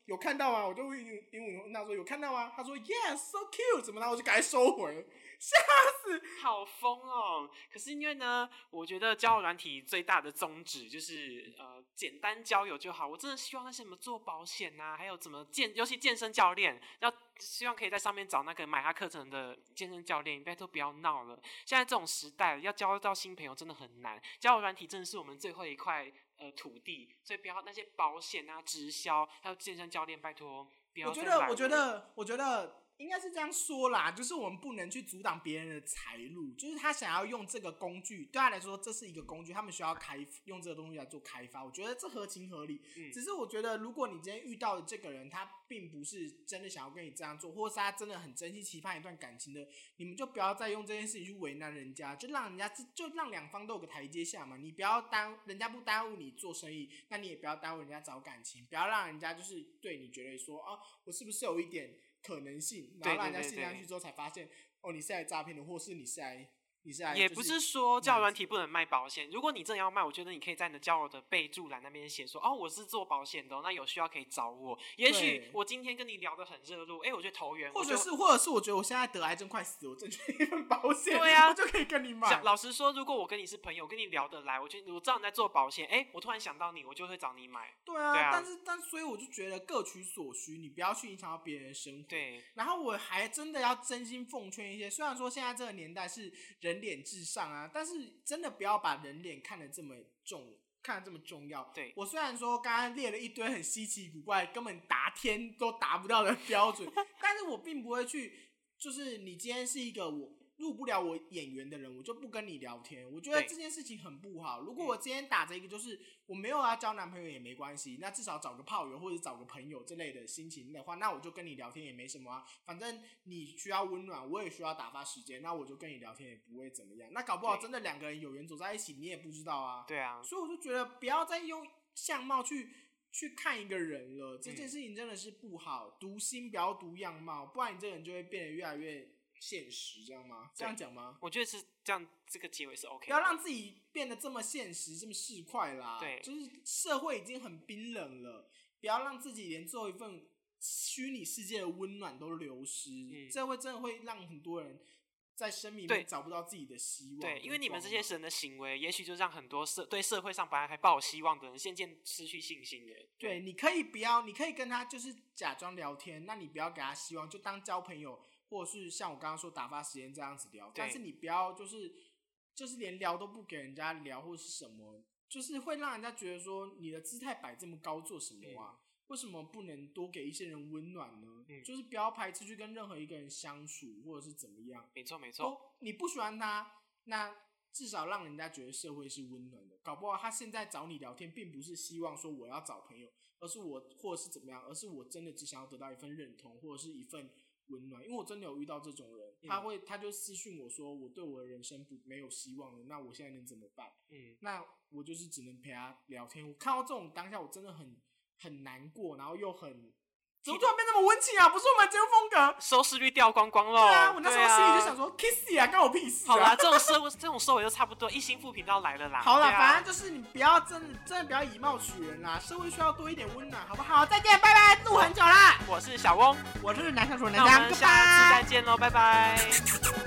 有看到吗？我就用英文问他说有看到吗？他说 Yes, so cute， 怎么了？我就赶快收回，吓死！ 好疯哦！可是因为呢，我觉得交友软体最大的宗旨就是简单交友就好。我真的希望那些什么做保险啊，还有怎么尤其健身教练，希望可以在上面找那个买他课程的健身教练，拜托不要闹了。现在这种时代，要交到新朋友真的很难。交友软体真的是我们最后一块土地，所以不要那些保险啊、直销，还有健身教练，拜托不要再来了。 我觉得应该是这样说啦，就是我们不能去阻挡别人的财路，就是他想要用这个工具，对他来说这是一个工具，他们需要用这个东西来做开发，我觉得这合情合理。只是我觉得如果你今天遇到的这个人，他并不是真的想要跟你这样做，或是他真的很珍惜期盼一段感情的，你们就不要再用这件事情去为难人家，就让两方都有个台阶下嘛。你不要人家不耽误你做生意，那你也不要耽误人家找感情，不要让人家就是对你觉得说我是不是有一点可能性，然后让人家信下去之后才发现，你是来诈骗的，或是你是来也不是说交友软体不能卖保险。如果你真的要卖，我觉得你可以在你的交友的备注栏那边写说，我是做保险的，那有需要可以找我。也许我今天跟你聊得很热络，我觉得投缘， 或者是我觉得我现在得癌症快死，我争取一份保险， 对啊， 我就可以跟你买。 老实说，如果我跟你是朋友，跟你聊得来，我知道你在做保险，我突然想到你，我就会找你买。 对啊，但所以我就觉得各取所需，你不要去影响到别人的生活。 对， 然后我还真的要真心奉劝一些，虽然说现在这个年代是人脸至上啊，但是真的不要把人脸看得这么重要。 对， 我虽然说刚刚列了一堆很稀奇古怪，根本达天都达不到的标准，但是我并不会去，就是你今天是一个我入不了我眼缘的人，我就不跟你聊天。我觉得这件事情很不好。如果我今天打着一个就是我没有要交男朋友也没关系，那至少找个炮友或者找个朋友之类的心情的话，那我就跟你聊天也没什么啊。反正你需要温暖，我也需要打发时间，那我就跟你聊天也不会怎么样。那搞不好真的两个人有缘走在一起，你也不知道啊。 对啊， 所以我就觉得不要再用相貌去看一个人了，这件事情真的是不好。读心不要读样貌，不然你这个人就会变得越来越现实，这样吗？这样讲吗？ 我觉得是这样，这个结尾是 OK 的。 不要让自己变得这么现实，这么市侩啦。 对， 就是社会已经很冰冷了，不要让自己连最后一份虚拟世界的温暖都流失。这会真的会让很多人在生命里面找不到自己的希望。 对，因为你们这些人的行为，也许就让很多对社会上本来还抱有希望的人，渐渐失去信心了。 对，你可以跟他就是假装聊天，那你不要给他希望，就当交朋友。或者是像我刚刚说打发时间这样子聊，但是你不要就是连聊都不给人家聊，或是什么，就是会让人家觉得说你的姿态摆这么高做什么啊？为什么不能多给一些人温暖呢？就是不要排斥去跟任何一个人相处，或者是怎么样。 没错没错， 你不喜欢他，那至少让人家觉得社会是温暖的。搞不好他现在找你聊天，并不是希望说我要找朋友，而是或者是怎么样，而是我真的只想要得到一份认同，或者是一份温暖。因为我真的有遇到这种人，他就私讯我说我对我的人生没有希望了，那我现在能怎么办？那我就是只能陪他聊天。我看到这种当下，我真的很难过，然后又很怎么突然变这么温情啊？不是我们节目风格， 收视率掉光光了。 对啊，我那时候心里就想说 ，kiss 啊，干我屁事啊！ 好啦，这种收尾都差不多，一星复评到来了啦。 好啦，反正就是你不要真的不要以貌取人啦，社会需要多一点温暖，好不好？再见，拜拜，录很久啦。 我是小翁， 我是南小楚南江， 那我们下次再见喽，拜拜。